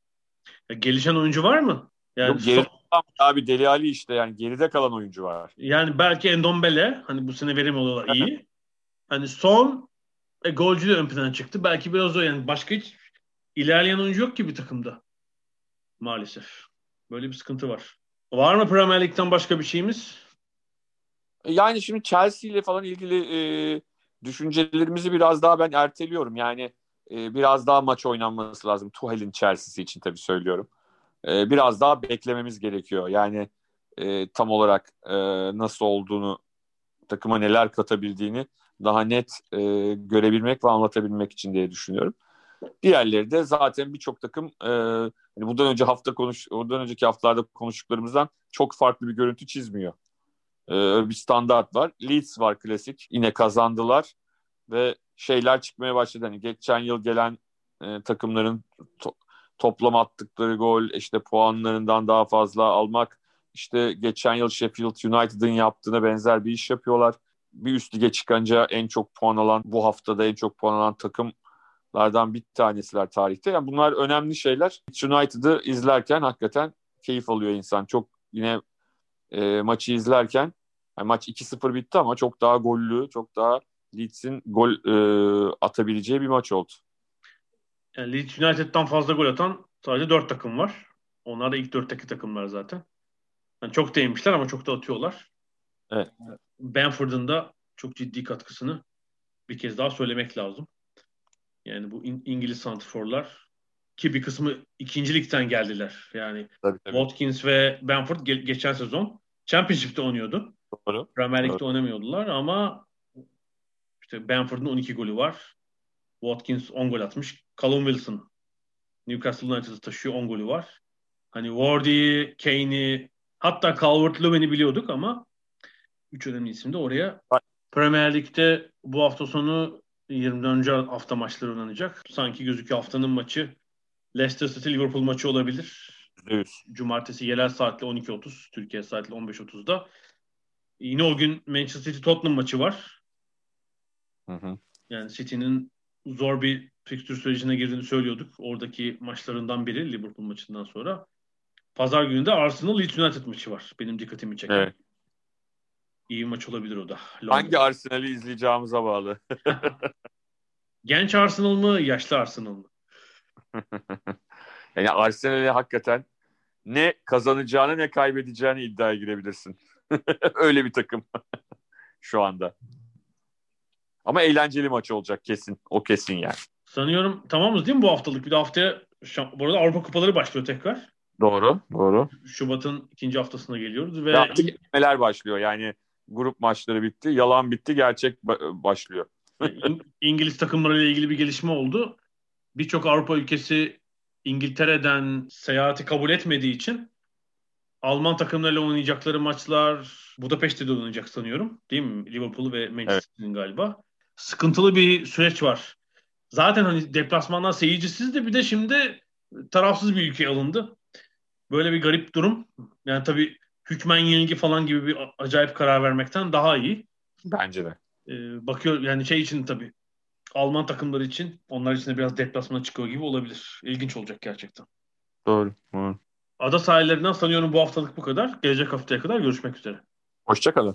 Ya gelişen oyuncu var mı? Yani Yok geride so- kalan abi Deli Ali işte yani geride kalan oyuncu var. yani belki Endombele, hani bu sene verim oluyorlar iyi. Hani son e, golcü de ön plana çıktı. Belki biraz o, yani başka hiç ilerleyen oyuncu yok ki bir takımda. Maalesef. Böyle bir sıkıntı var. Var mı Premier Lig'den başka bir şeyimiz? Yani şimdi Chelsea ile falan ilgili e, düşüncelerimizi biraz daha ben erteliyorum. Yani e, biraz daha maç oynanması lazım. Tuchel'in Chelsea'si için tabii söylüyorum. E, biraz daha beklememiz gerekiyor. Yani e, tam olarak e, nasıl olduğunu, takıma neler katabildiğini daha net e, görebilmek ve anlatabilmek için diye düşünüyorum. Diğerleri de zaten birçok takım e, hani bundan önce hafta konuş, bundan önceki haftalarda konuştuklarımızdan çok farklı bir görüntü çizmiyor. E, bir standart var. Leeds var klasik. Yine kazandılar ve şeyler çıkmaya başladı. Hani geçen yıl gelen e, takımların to- toplam attıkları gol, işte puanlarından daha fazla almak. İşte geçen yıl Sheffield United'ın yaptığına benzer bir iş yapıyorlar. Bir üst lige çıkınca en çok puan alan, bu haftada en çok puan alan takımlardan bir tanesiler tarihte. Yani bunlar önemli şeyler. United'ı izlerken hakikaten keyif alıyor insan. Çok yine e, maçı izlerken yani maç iki sıfır bitti ama çok daha gollü, çok daha Leeds'in gol e, atabileceği bir maç oldu. Yani Leeds United'dan fazla gol atan sadece dört takım var. Onlar da ilk dörtteki takımlar zaten. Yani çok değmişler ama çok da atıyorlar. Evet. Bamford'un da çok ciddi katkısını bir kez daha söylemek lazım. Yani bu İng- İngiliz santrforlar ki bir kısmı ikinci ligden geldiler. Yani Tabii, tabii. Watkins ve Bamford ge- geçen sezon Championship'te oynuyordu. Doğru. Premier Lig'de Doğru. oynamıyordular ama işte Bamford'un on iki golü var. Watkins on gol atmış. Callum Wilson Newcastle United'ı taşıyor, on golü var. Hani Wardy'yi, Kane'i, hatta Calvert-Lewin'i biliyorduk ama üç önemli isim de oraya. Premier Lig'de bu hafta sonu yirmi dördüncü hafta maçları oynanacak. Sanki gözüküyor haftanın maçı Leicester City Liverpool maçı olabilir. Evet. Cumartesi yerel saatle on iki otuz, Türkiye saatle on beş otuzda. Yine o gün Manchester City Tottenham maçı var. Hı hı. Yani City'nin zor bir fikstür sürecine girdiğini söylüyorduk. Oradaki maçlarından biri Liverpool maçından sonra. Pazar günü de Arsenal Leeds United maçı var. Benim dikkatimi çeken. Evet. İyi bir maç olabilir o da. Londra. Hangi Arsenal'i izleyeceğimize bağlı. Genç Arsenal mı, yaşlı Arsenal mı? Yani Arsenal'i hakikaten ne kazanacağını ne kaybedeceğini iddiaya girebilirsin. Öyle bir takım şu anda. Ama eğlenceli maç olacak kesin. O kesin yani. Sanıyorum tamamız değil mi bu haftalık? Bir de haftaya, bu arada Avrupa Kupaları başlıyor tekrar. Doğru, doğru. Şubat'ın ikinci haftasına geliyoruz ve Ya artık neler başlıyor yani, grup maçları bitti, yalan bitti, gerçek ba- başlıyor. İng- İngiliz takımlarıyla ilgili bir gelişme oldu. Birçok Avrupa ülkesi İngiltere'den seyahati kabul etmediği için Alman takımlarıyla oynayacakları maçlar Budapeşte'de de oynayacak sanıyorum. Değil mi? Liverpool ve Manchester'ın galiba. Sıkıntılı bir süreç var. Zaten hani deplasmanlar seyircisizdi, bir de şimdi tarafsız bir ülke alındı. Böyle bir garip durum. Yani tabii hükmen yenilgi falan gibi bir acayip karar vermekten daha iyi. Bence de. Ee, bakıyor yani şey için tabii Alman takımları için, onlar için de biraz deplasmana çıkıyor gibi olabilir. İlginç olacak gerçekten. Doğru, doğru. Ada sahillerinden sanıyorum bu haftalık bu kadar. Gelecek haftaya kadar görüşmek üzere. Hoşça kalın.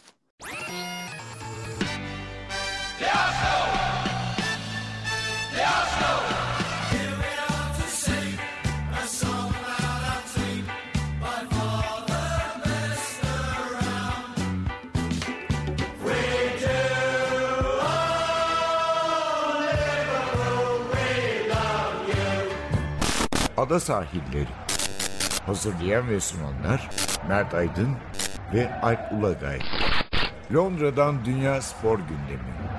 Ada sahilleri. Hazırlayan ve sunanlar Mert Aydın ve Alp Ulagay. Londra'dan Dünya Spor Gündemi.